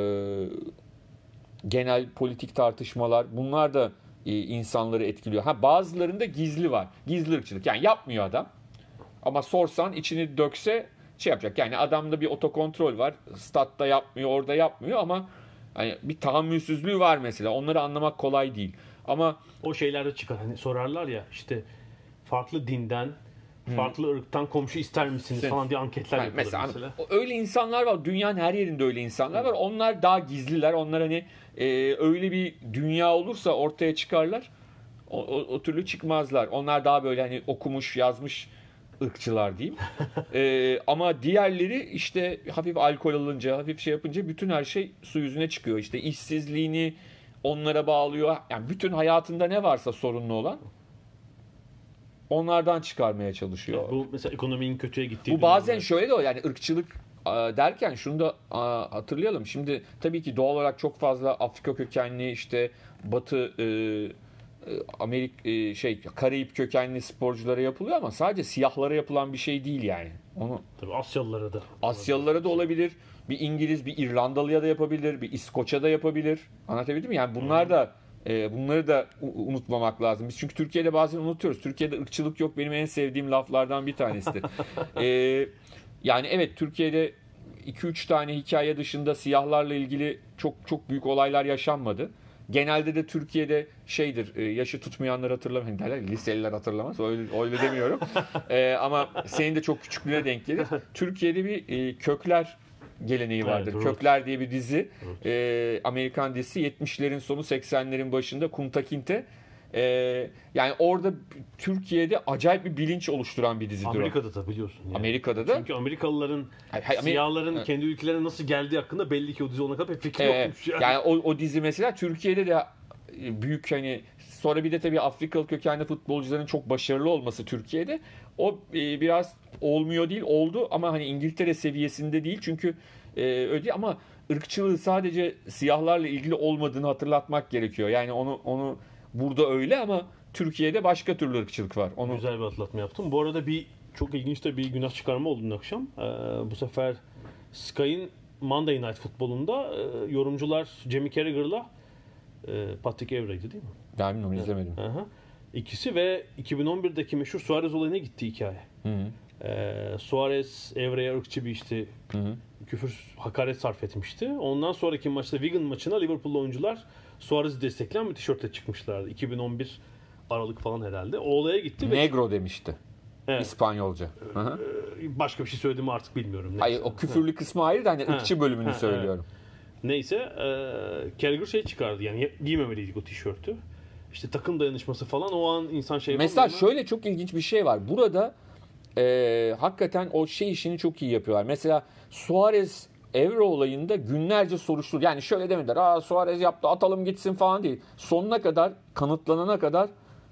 genel politik tartışmalar, bunlar da e, insanları etkiliyor. Ha, bazılarında gizli var. Gizli ırkçılık. Yani yapmıyor adam. Ama sorsan, içini dökse şey yapacak. Yani adamda bir otokontrol var. Statta yapmıyor, orada yapmıyor ama hani bir tahammülsüzlüğü var mesela. Onları anlamak kolay değil. Ama O şeylerde çıkar. Hani sorarlar ya işte farklı dinden, farklı ırktan komşu ister misiniz Sen- falan diye anketler yani yapılır mesela, mesela. öyle insanlar var. Dünyanın her yerinde öyle insanlar var. Onlar daha gizliler. Onlar hani e, öyle bir dünya olursa ortaya çıkarlar. O, o, o türlü çıkmazlar. Onlar daha böyle hani okumuş, yazmış ırkçılar diyeyim. E, ama diğerleri işte hafif alkol alınca, hafif şey yapınca bütün her şey su yüzüne çıkıyor. İşte işsizliğini onlara bağlıyor. Yani bütün hayatında ne varsa sorunlu olan onlardan çıkarmaya çalışıyor. Bu mesela ekonominin kötüye gittiği Bu bazen dönemler. şöyle de o, yani ırkçılık a, derken şunu da a, hatırlayalım. Şimdi tabii ki doğal olarak çok fazla Afrika kökenli, işte Batı e, Amerik e, şey Karayip kökenli sporculara yapılıyor ama sadece siyahlara yapılan bir şey değil yani. Onu Tabii Asyalılara da. Asyalılara da olabilir. Bir İngiliz, bir İrlandalıya da yapabilir, bir İskoç'a da yapabilir. Anlatabildim mi? Yani bunlar da e, bunları da u- unutmamak lazım. Biz çünkü Türkiye'de bazen unutuyoruz. Türkiye'de ırkçılık yok. Benim en sevdiğim laflardan bir tanesidir. e, yani evet, Türkiye'de iki üç tane hikaye dışında siyahlarla ilgili çok çok büyük olaylar yaşanmadı. Genelde de Türkiye'de şeydir, e, yaşı tutmayanlar hatırlamıyor. Derler liseliler hatırlamaz. Öyle, öyle demiyorum. E, ama senin de çok küçüklüğüne denk gelir. Türkiye'de bir e, Kökler geleneği vardır. Evet, Kökler diye bir dizi. E, Amerikan dizisi, yetmişlerin sonu seksenlerin başında, Kunta Kinte. E, yani orada Türkiye'de acayip bir bilinç oluşturan bir dizidir o. Amerika'da da biliyorsun. Yani. Amerika'da da. Çünkü Amerikalıların, Hayır, hayır, Amer- siyahların Evet. kendi ülkelerine nasıl geldiği hakkında belli ki o dizi ona kadar pek fikri Ee, yokmuş yani. yani o, o dizi mesela Türkiye'de de büyük, hani sonra bir de tabii Afrikalı kökenli futbolcuların çok başarılı olması Türkiye'de, o e, biraz olmuyor değil, oldu ama hani İngiltere seviyesinde değil çünkü e, öyle değil. Ama ırkçılığı sadece siyahlarla ilgili olmadığını hatırlatmak gerekiyor. Yani onu onu burada öyle ama Türkiye'de başka türlü ırkçılık var. Onu Güzel bir atlatma yaptım. Bu arada bir çok ilginç de bir günah çıkarma oldu dün akşam. Ee, bu sefer Sky'in Monday Night Futbolunda e, yorumcular Jamie Carragher'la e, Patrick Evra'ydı değil mi? ben bilmiyorum, izlemedim. Aha. İkisi ve iki bin on birdeki meşhur Suarez olayına gitti hikaye. Hı hı. Ee, Suarez Evra'ya ırkçı bir işte Hı hı. küfür, hakaret sarf etmişti. Ondan sonraki maçta Wigan maçına Liverpool'lu oyuncular Suarez'i destekleyen bir tişörtle çıkmışlardı. iki bin on bir Aralık falan herhalde. O olaya gitti ve Negro demişti. Evet. İspanyolca. Hı hı. başka bir şey söylediğimi artık bilmiyorum. Neyse. Hayır, o küfürlü kısmı ayrı da hani Ha. ırkçı bölümünü Ha, söylüyorum. Neyse, e, Carragher şey çıkardı yani giymemeliydik o tişörtü. İşte takım dayanışması falan, o an insan şey Mesela yapamıyor ama- şöyle çok ilginç bir şey var. Burada e, hakikaten o şey işini çok iyi yapıyorlar. Mesela Suarez Evra olayında günlerce soruşturdu. Yani şöyle demediler. Aa, Suarez yaptı, atalım gitsin falan değil. Sonuna kadar, kanıtlanana kadar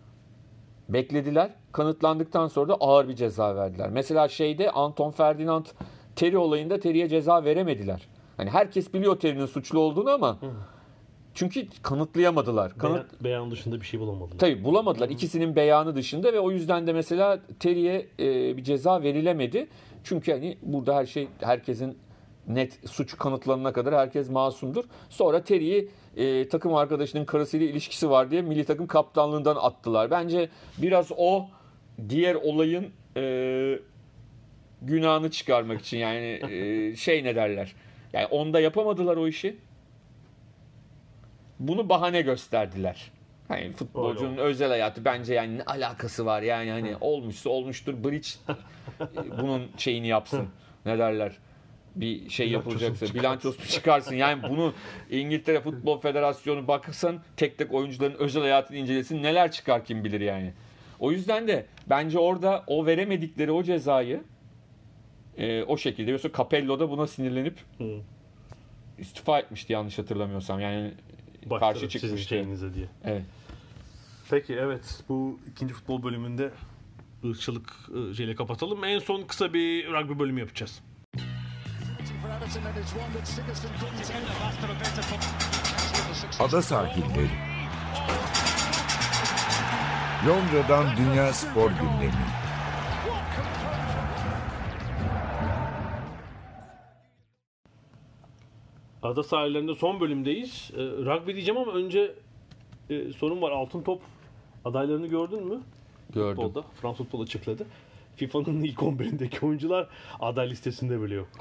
beklediler. Kanıtlandıktan sonra da ağır bir ceza verdiler. Mesela şeyde Anton Ferdinand Terry olayında Terry'e ceza veremediler. Hani herkes biliyor Terry'nin suçlu olduğunu ama çünkü kanıtlayamadılar. Kanıt... Beyan, beyan dışında bir şey bulamadılar. Tabii bulamadılar. İkisinin beyanı dışında ve o yüzden de mesela Terry'e e, bir ceza verilemedi. Çünkü hani burada her şey herkesin net suç kanıtlanana kadar herkes masumdur. Sonra Terry'i e, takım arkadaşının karısıyla ilişkisi var diye milli takım kaptanlığından attılar. Bence biraz o diğer olayın e, günahını çıkarmak için yani e, şey ne derler. Yani onda yapamadılar o işi. Bunu bahane gösterdiler. Hani futbolcunun Öyle. özel hayatı bence yani ne alakası var yani hani olmuşsa olmuştur. Bridge bunun şeyini yapsın. Ne derler? Bir şey yapılacaksa bilançosunu çıkarsın. Yani bunu İngiltere Futbol Federasyonu baksan tek tek oyuncuların özel hayatını incelesin. Neler çıkar kim bilir yani. O yüzden de bence orada o veremedikleri o cezayı e, o şekilde. Yoksa Capello da buna sinirlenip Hı. istifa etmişti yanlış hatırlamıyorsam. Yani Başladı karşı sizin çıkmıştı. şeyinize diye. Evet. Peki evet, bu ikinci futbol bölümünde ırkçılık ı, şeyle kapatalım. En son kısa bir rugby bölümü yapacağız. Ada sahilleri. Londra'dan Dünya Spor Gündemi. Ada sahillerinde son bölümdeyiz. E, rugby diyeceğim ama önce e, sorun var. Altın top adaylarını gördün mü? Gördüm. Futbolda. Fransız futbol açıkladı. FIFA'nın ilk on birindeki oyuncular aday listesinde bile yok.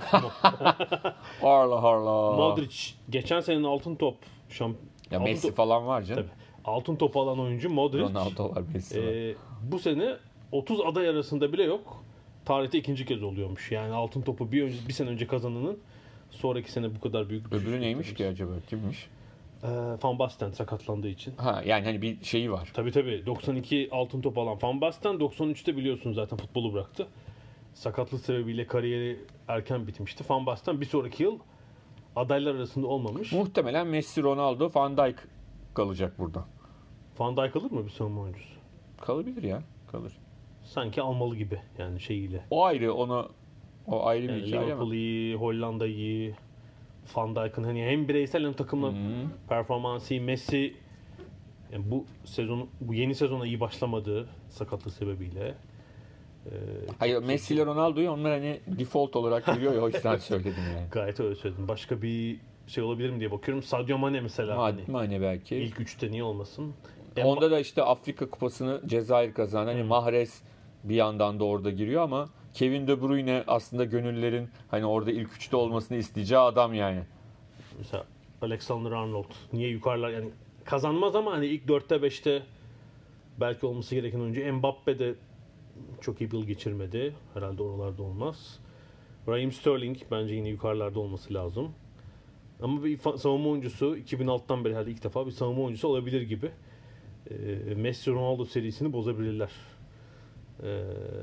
Harla harla. Modric geçen senenin altın top şamp Ya altın Messi top- falan var canım. Tabii. Altın top alan oyuncu Modric. Ronaldo var, Messi var. e, bu sene otuz aday arasında bile yok. Tarihte ikinci kez oluyormuş. Yani altın topu bir önce bir sene önce kazananın sonraki sene bu kadar büyük bir Öbürü düşüş neymiş yok. ki acaba? Kimmiş? Ee, Van Basten sakatlandığı için. Ha yani hani bir şeyi var. Tabii tabii. doksan iki altın top alan Van Basten doksan üçte biliyorsun zaten futbolu bıraktı. Sakatlık sebebiyle kariyeri erken bitmişti. Van Basten bir sonraki yıl adaylar arasında olmamış. Muhtemelen Messi, Ronaldo, Van Dijk kalacak burada. Van Dijk alır mı bir savunma oyuncusu? Kalabilir ya. Kalır. Sanki almalı gibi yani şeyiyle. O ayrı onu o ayrı bir Yani hikaye ama. Liverpool iyi, Hollanda iyi. Van Dijk'ın hani hem bireysel hem takımla performansı iyi. Messi yani bu sezon bu yeni sezona iyi başlamadığı sakatlık sebebiyle. Ee, Hayır Messi ile Ronaldo'yu onlar hani default olarak görüyor ya o yüzden söyledim yani. Gayet öyle söyledim. Başka bir şey olabilir mi diye bakıyorum. Sadio Mane mesela. hani Mane, Mane belki. ilk üçte niye olmasın? Onda da işte Afrika Kupası'nı Cezayir kazandı. Hani Mahrez bir yandan da orada giriyor ama Kevin De Bruyne aslında gönüllerin hani orada ilk üçte olmasını isteyeceği adam yani. Mesela Alexander Arnold niye yukarılar yani kazanmaz ama hani ilk dörtte beşte belki olması gereken oyuncu. Mbappe de çok iyi bir yıl geçirmedi. Herhalde oralarda olmaz. Raheem Sterling bence yine yukarılarda olması lazım. Ama bir fa- savunma oyuncusu iki bin altıdan beri herhalde ilk defa bir savunma oyuncusu olabilir gibi. Ee, Messi Ronaldo serisini bozabilirler. Ee,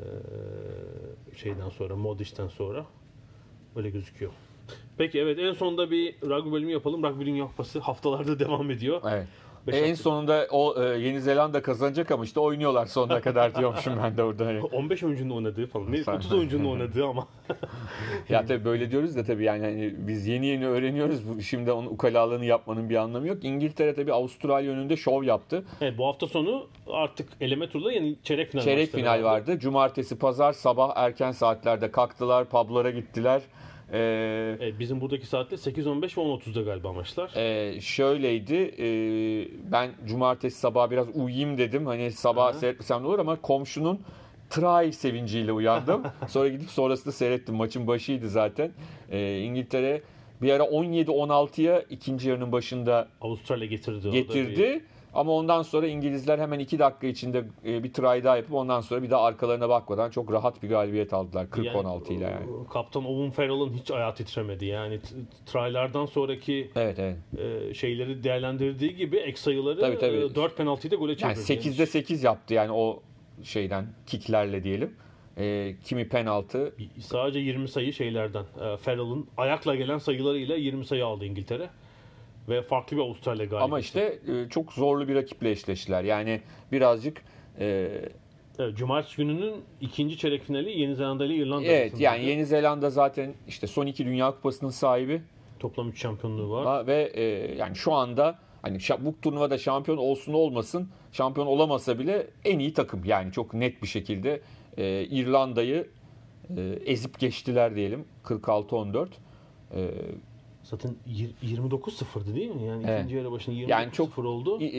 şeyden sonra, Modric'ten sonra öyle gözüküyor. Peki evet en sonunda bir rugby bölümü yapalım. Rugby Dünya Kupası haftalarda devam ediyor. Evet. Beş en hafta- sonunda o e, Yeni Zelanda kazanacak ama işte oynuyorlar sonuna kadar diyormuşum ben de orada. Hani. on beş oyuncunun oynadığı falan. Ne, Sen- otuz oyuncunun oynadığı ama. Ya tabii böyle diyoruz da tabii yani hani biz yeni yeni öğreniyoruz. Bu, şimdi onun ukalalığını yapmanın bir anlamı yok. İngiltere tabii Avustralya önünde şov yaptı. Evet, bu hafta sonu artık eleme turda yani çeyrek final Çeyrek maçları final vardı. Cumartesi, pazar sabah erken saatlerde kalktılar, publara gittiler. Ee, Evet, bizim buradaki saatte sekiz on beş ve on otuzda galiba maçlar. e, şöyleydi. e, ben cumartesi sabah biraz uyuyayım dedim. Hani sabah Aha. seyretmesem de olur ama komşunun try sevinciyle uyandım. Sonra gidip sonrasında seyrettim. Maçın başıydı zaten. Ee, İngiltere bir ara on yedi on altıya ikinci yarının başında Avustralya getirdi. o da getirdi. bir- Ama ondan sonra İngilizler hemen iki dakika içinde e, bir try daha yapıp ondan sonra bir daha arkalarına bakmadan çok rahat bir galibiyet aldılar. kırk on altı ile yani. Kaptan Owen Farrell'ın hiç ayağı titremedi. Yani t- try'lardan sonraki Evet evet. e, şeyleri değerlendirdiği gibi ek sayıları Tabii, tabii. e, dört penaltıyı da gole çevirdi. Yani sekizde sekiz yaptı yani o şeyden kicklerle diyelim. E, kimi penaltı. Sadece yirmi sayı şeylerden. E, Farrell'ın ayakla gelen sayılarıyla yirmi sayı aldı İngiltere. Ve farklı bir Avustralya galibiyeti. Ama işte e, çok zorlu bir rakiple eşleştiler. Yani birazcık e, Evet, Cumartesi gününün ikinci çeyrek finali Yeni Zelanda ile İrlanda evet arasındaydı. yani Yeni Zelanda zaten işte son iki Dünya Kupası'nın sahibi. Toplam üç şampiyonluğu var. Ha, ve e, yani şu anda hani şa- bu turnuvada şampiyon olsun olmasın, şampiyon olamasa bile en iyi takım. Yani çok net bir şekilde e, İrlanda'yı e, ezip geçtiler diyelim. kırk altı on dört. E, Zaten yir- yirmi dokuz sıfırdı değil mi? Yani Evet. ikinci yarı başında Yani yirmi dokuz çok- sıfır oldu. e,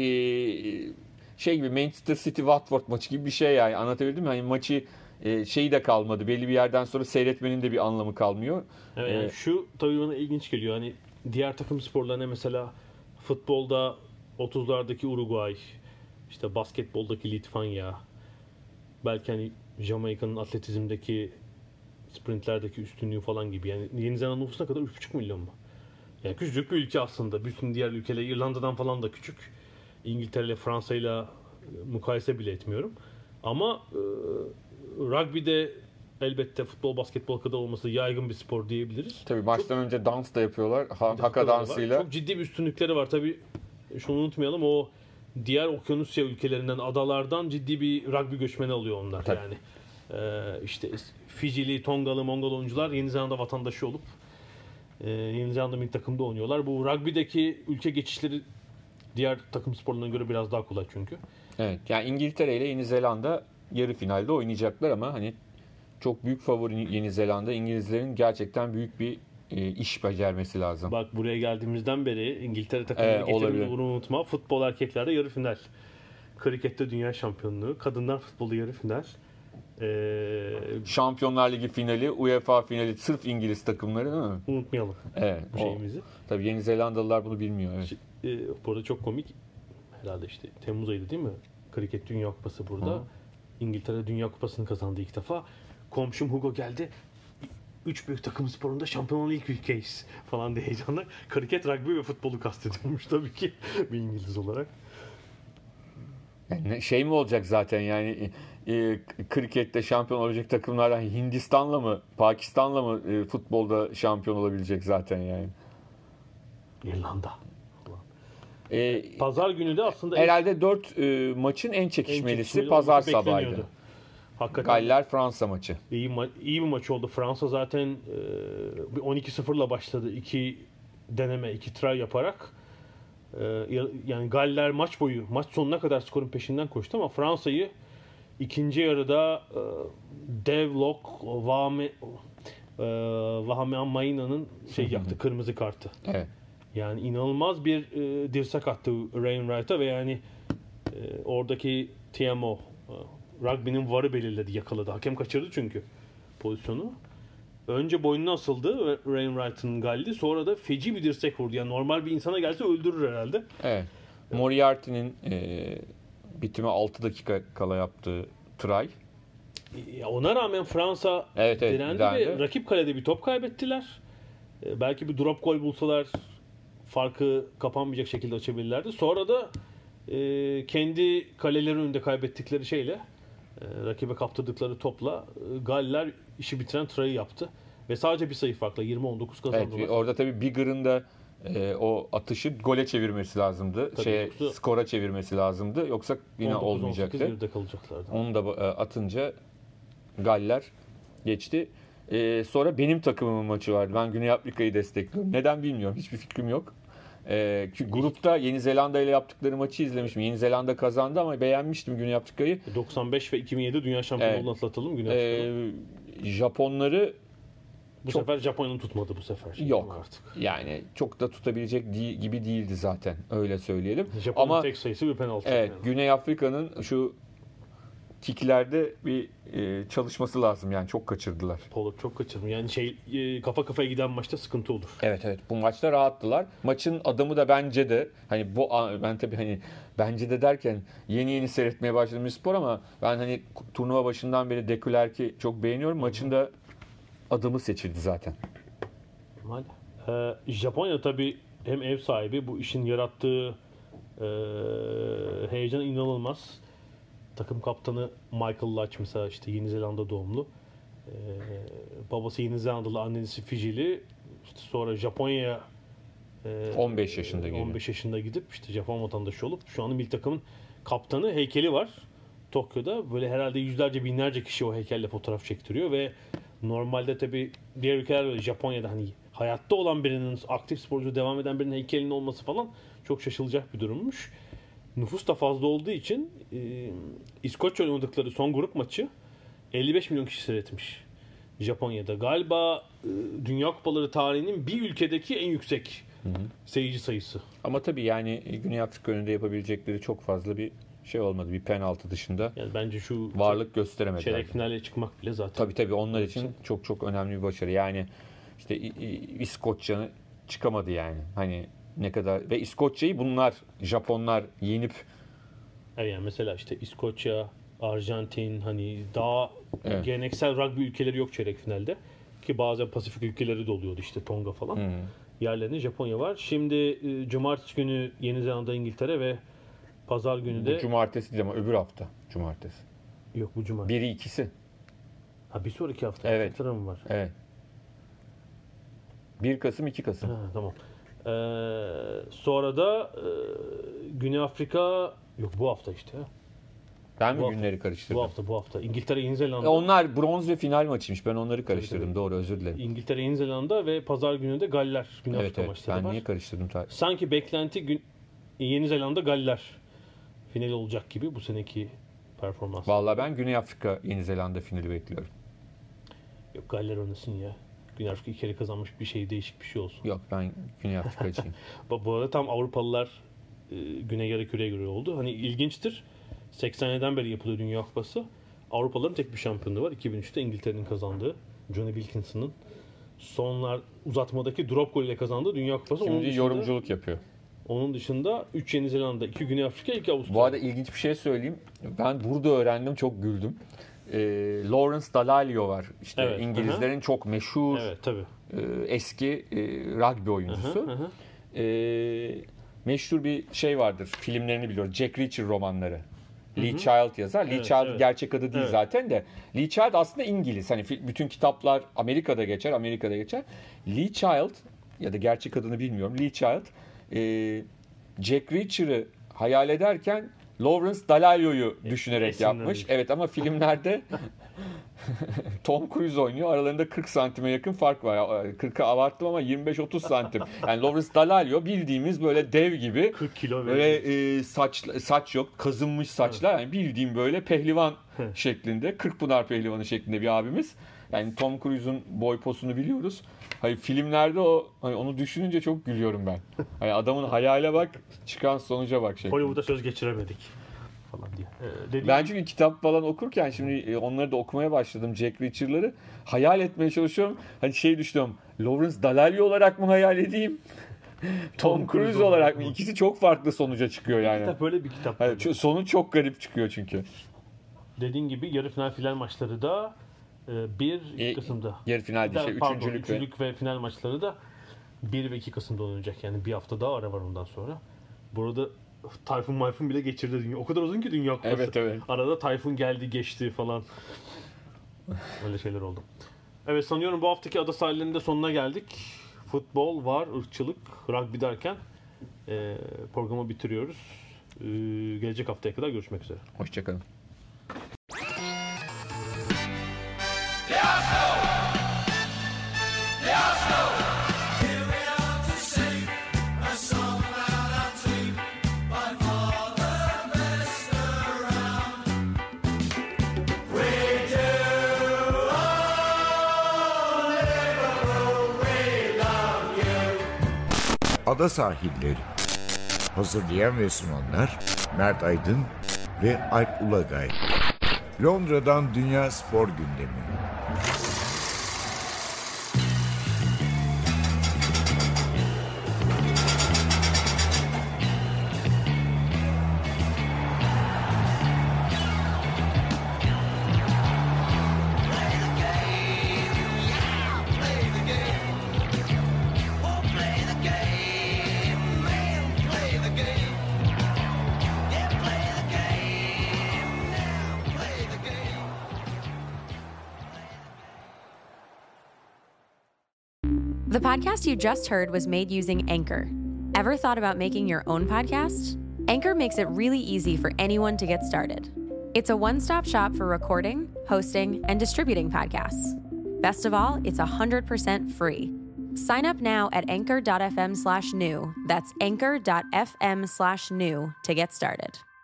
şey gibi Manchester City Watford maçı gibi bir şey yani, anlatabildim mi? Hani maçı e, şeyi de kalmadı. Belli bir yerden sonra seyretmenin de bir anlamı kalmıyor. Evet, yani Ee, şu tabii bana ilginç geliyor. Hani diğer takım sporlarına mesela futbolda otuzlardaki Uruguay, işte basketboldaki Litvanya, belki hani Jamaika'nın atletizmdeki sprintlerdeki üstünlüğü falan gibi. Yani Yeni Zelanda nüfusuna kadar üç buçuk milyon mu? Yani küçücük bir ülke aslında. Bütün diğer ülkeler, İrlanda'dan falan da küçük. İngiltere ile Fransa ile mukayese bile etmiyorum. Ama e, rugby'de elbette futbol, basketbol kadar olması yaygın bir spor diyebiliriz. tabii maçtan önce dans da yapıyorlar. Ha, haka Hakaları var. dansıyla. Çok ciddi bir üstünlükleri var. Tabii şunu unutmayalım, o diğer Okyanusya ülkelerinden, adalardan ciddi bir rugby göçmeni alıyor onlar. Tabii. Yani e, işte Fijili, Tongalı, Mongol oyuncular Yeni Zelanda vatandaşı olup e, Yeni Zelanda milli takımda oynuyorlar. Bu rugby'deki ülke geçişleri diğer takım sporlarına göre biraz daha kolay çünkü. Evet. Yani İngiltere ile Yeni Zelanda yarı finalde oynayacaklar ama hani çok büyük favori Yeni Zelanda. İngilizlerin gerçekten büyük bir e, iş becermesi lazım. Bak, buraya geldiğimizden beri İngiltere takımını Evet, getirdim, olabilir. bunu unutma. Futbol erkeklerde yarı final. Krikette dünya şampiyonluğu. Kadınlar futbolu yarı final. Ee, Şampiyonlar Ligi finali, UEFA finali sırf İngiliz takımları değil mi? unutmayalım Evet. bu O, şeyimizi. tabii Yeni Zelandalılar bunu bilmiyor. Evet. Ee, bu arada çok komik. Herhalde işte Temmuz ayıydı değil mi? Kriket Dünya Kupası burada. Hı. İngiltere Dünya Kupası'nı kazandı ilk defa. Komşum Hugo geldi. Üç büyük takım sporunda şampiyon olan ilk ülkeyiz falan diye heyecanla. Kriket, rugby ve futbolu kastediyormuş tabii ki bir İngiliz olarak. Yani ne- şey mi olacak zaten yani e, krikette şampiyon olacak takımlardan Hindistan'la mı, Pakistan'la mı e, futbolda şampiyon olabilecek zaten yani. İrlanda. E, Pazar günü de aslında en- herhalde dört e, maçın en en çekişmelisi çekişmeli pazar olması bekleniyordu. sabahıydı. Hakikaten Galler-Fransa maçı. iyi, ma- iyi bir maç oldu. Fransa zaten e, bir on iki sıfırla başladı. İki deneme, iki try yaparak. E, ya- yani Galler maç boyu, maç sonuna kadar skorun peşinden koştu ama Fransa'yı ikinci yarıda e, Devlok, Vahme, e, Vahme Maina'nın şey yaktı, kırmızı kartı. Evet. Yani inanılmaz bir e, dirsek attı Wainwright'a ve yani e, oradaki T M O, e, rugby'nin varı belirledi, yakaladı. Hakem kaçırdı çünkü pozisyonu. Önce boynuna asıldı ve Wainwright'ın galdi. Sonra da feci bir dirsek vurdu. Yani normal bir insana gelse öldürür herhalde. Evet. Moriarty'nin e, bitime altı dakika kala yaptığı try. Ya ona rağmen Fransa Evet, evet, direndi direndi. ve rakip kalede bir top kaybettiler. E, belki bir drop gol bulsalar farkı kapanmayacak şekilde açabilirlerdi. Sonra da e, kendi kaleleri önünde kaybettikleri şeyle, e, rakibe kaptırdıkları topla e, Galler işi bitiren try'ı yaptı. Ve sadece bir sayı farkla yirmi on dokuz Evet, kazandılar. orada tabii Bigger'ın da e, o atışı gole çevirmesi lazımdı. Tabii, Şeye, yoksa- skora çevirmesi lazımdı. Yoksa yine on dokuz on sekiz olmayacaktı. geride kalacaklardı. Onu da e, atınca Galler geçti. E, sonra benim takımımın maçı vardı. Ben Güney Afrika'yı destekliyorum. Neden bilmiyorum. Hiçbir fikrim yok. E, çünkü grupta Yeni Zelanda ile yaptıkları maçı izlemişim. Yeni Zelanda kazandı ama beğenmiştim Güney Afrika'yı. doksan beş ve iki bin yedi dünya şampiyonluğunu Evet. atlatalım Güney Afrika'da. E, Japonları Bu çok- sefer Japonya'nın tutmadı bu sefer. Şey yok. değil mi artık? Yani çok da tutabilecek değil, gibi değildi zaten. Öyle söyleyelim. Japonya'nın Ama tek sayısı bir penaltı. evet, Yani. Güney Afrika'nın şu tiklerde bir e, çalışması lazım. Yani çok kaçırdılar. Pollard çok kaçırdım. Yani şey e, kafa kafaya giden maçta sıkıntı olur. Evet, evet, bu maçta rahattılar. Maçın adamı da bence de hani bu ben tabii hani bence de derken yeni yeni seyretmeye başladığım bir spor ama ben hani turnuva başından beri De Klerk'i çok beğeniyorum. Maçın da adamı seçildi zaten. Normal. Ee, Japonya tabii hem ev sahibi, bu işin yarattığı e, heyecan inanılmaz. Takım kaptanı Michael Lodge mesela işte Yeni Zelanda doğumlu. Ee, babası Yeni Zelandalı, annesi Fijili. İşte sonra Japonya'ya e, on beş yaşında geliyor. on beş yaşında gidip işte Japon vatandaşı olup şu an milli takımın kaptanı, heykeli var Tokyo'da. Böyle herhalde yüzlerce binlerce kişi o heykelle fotoğraf çektiriyor ve normalde tabii diğer ülkeler böyle, Japonya'da hani hayatta olan birinin, aktif sporcu devam eden birinin heykelinin olması falan çok şaşılacak bir durummuş. Nüfus da fazla olduğu için e, İskoçya oynadıkları son grup maçı elli beş milyon kişi seyretmiş Japonya'da. Galiba e, Dünya Kupaları tarihinin bir ülkedeki en yüksek hı hı. seyirci sayısı. Ama tabii yani Güney Afrika önünde yapabilecekleri çok fazla bir şey olmadı. Bir penaltı dışında. Yani bence şu varlık gösteremediler. Çeyrek finale çıkmak bile zaten. Tabii tabii onlar için çok çok önemli bir başarı. Yani işte İskoçya'nın çıkamadı yani. Hani ne kadar ve İskoçya'yı bunlar Japonlar yenip evet yani mesela işte İskoçya, Arjantin hani daha evet. geleneksel rugby ülkeleri yok çeyrek finalde. Ki bazen Pasifik ülkeleri de oluyordu işte Tonga falan. Hmm. Yerlerinde Japonya var. Şimdi e, cumartesi günü Yeni Zelanda, İngiltere ve pazar günü de... Bu cumartesi değil ama öbür hafta cumartesi. Yok bu cumartesi. Biri ikisi. Ha bir sonraki hafta. Evet. Mı var? Evet. bir Kasım iki Kasım. Ha, tamam. Ee, sonra da e, Güney Afrika yok bu hafta işte. Ben mi bu günleri hafta, karıştırdım? Bu hafta bu hafta. İngiltere, Yeni Zelanda. E onlar bronz ve final maçıymış. Ben onları karıştırdım. Evet, evet. Doğru özür dilerim. İngiltere, Yeni Zelanda ve pazar günü de Galler Güney evet, Afrika evet. maçları ben var. Ben niye karıştırdım? Ta- Sanki beklenti gün Yeni Zelanda Galler finali olacak gibi bu seneki performans. Vallahi ben Güney Afrika, Yeni Zelanda finali bekliyorum. Yok Galler oynasın ya. Güney Afrika iki kere kazanmış bir şey değişik bir şey olsun. Yok ben Güney Afrika'cıyım. Bu arada tam Avrupalılar e, Güney Yarıküre'ye göre oldu. Hani ilginçtir. seksen yediden beri yapılıyor Dünya Kupası. Avrupalıların tek bir şampiyonu var. iki bin üçte İngiltere'nin kazandığı. Johnny Wilkinson'ın sonlar uzatmadaki drop gol ile kazandığı Dünya Kupası. Şimdi onun dışında, yorumculuk yapıyor. Onun dışında üç Yeni Zelanda, iki Güney Afrika, iki Avustralya. Bu arada ilginç bir şey söyleyeyim. Ben burada öğrendim, çok güldüm. Ee, Lawrence Dallaglio var. İşte evet, İngilizlerin aha. çok meşhur evet, tabii. E, eski e, rugby oyuncusu. Aha, aha. E, meşhur bir şey vardır. Filmlerini biliyorum. Jack Reacher romanları. Lee Hı-hı. Child yazar. Lee evet, Child evet. gerçek adı değil evet. zaten de. Lee Child aslında İngiliz. Hani bütün kitaplar Amerika'da geçer, Amerika'da geçer. Lee Child ya da gerçek adını bilmiyorum. Lee Child e, Jack Reacher'ı hayal ederken Lawrence Dallaglio'yu düşünerek Esinler yapmış. Değil. Evet ama filmlerde Tom Cruise oynuyor. Aralarında kırk santime yakın fark var. kırka abarttım ama yirmi beş otuz santim. Yani Lawrence Dallaglio bildiğimiz böyle dev gibi. kırk kilo böyle e, saç saç yok, kazınmış saçlar. Yani bildiğim böyle pehlivan şeklinde, Kırkpınar pehlivanı şeklinde bir abimiz. Yani Tom Cruise'un boy posunu biliyoruz. Hayır filmlerde o hani onu düşününce çok gülüyorum ben. Hani adamın hayale bak, çıkan sonuca bak şeklinde. Hollywood'a söz geçiremedik falan diye. Ee, dediğim... Ben çünkü kitap falan okurken şimdi onları da okumaya başladım, Jack Reacher'ları. Hayal etmeye çalışıyorum. Hani şey düşünüyorum. Lawrence Dallaglio olarak mı hayal edeyim? Tom, Tom Cruise olarak mı? İkisi çok farklı sonuca çıkıyor yani. Kitap böyle bir kitap. Hani sonu çok garip çıkıyor çünkü. Dediğin gibi yarı final final maçları da bir e, Kasım'da. Yarı final değil, şey, pardon, üçüncülük, üçüncülük ve... ve final maçları da bir ve iki Kasım'da oynanacak. Yani bir hafta daha ara var ondan sonra. Burada Tayfun Mayfun bile geçirdi dünya. O kadar uzun ki Dünya Kupası. Evet, evet. Arada Tayfun geldi geçti falan. Öyle şeyler oldu. Evet sanıyorum bu haftaki ada sahillerinde sonuna geldik. Futbol, var, ırkçılık, rugby derken e, programı bitiriyoruz. E, gelecek haftaya kadar görüşmek üzere. Hoşçakalın. Ada Sahilleri. Hazırlayan ve sunanlar Mert Aydın ve Alp Ulagay. Londra'dan Dünya Spor Gündemi. The podcast you just heard was made using Anchor. Ever thought about making your own podcast? Anchor makes it really easy for anyone to get started. It's a one-stop shop for recording, hosting, and distributing podcasts. Best of all, it's one hundred percent free. Sign up now at anchor.fm slash new. That's anchor.fm slash new to get started.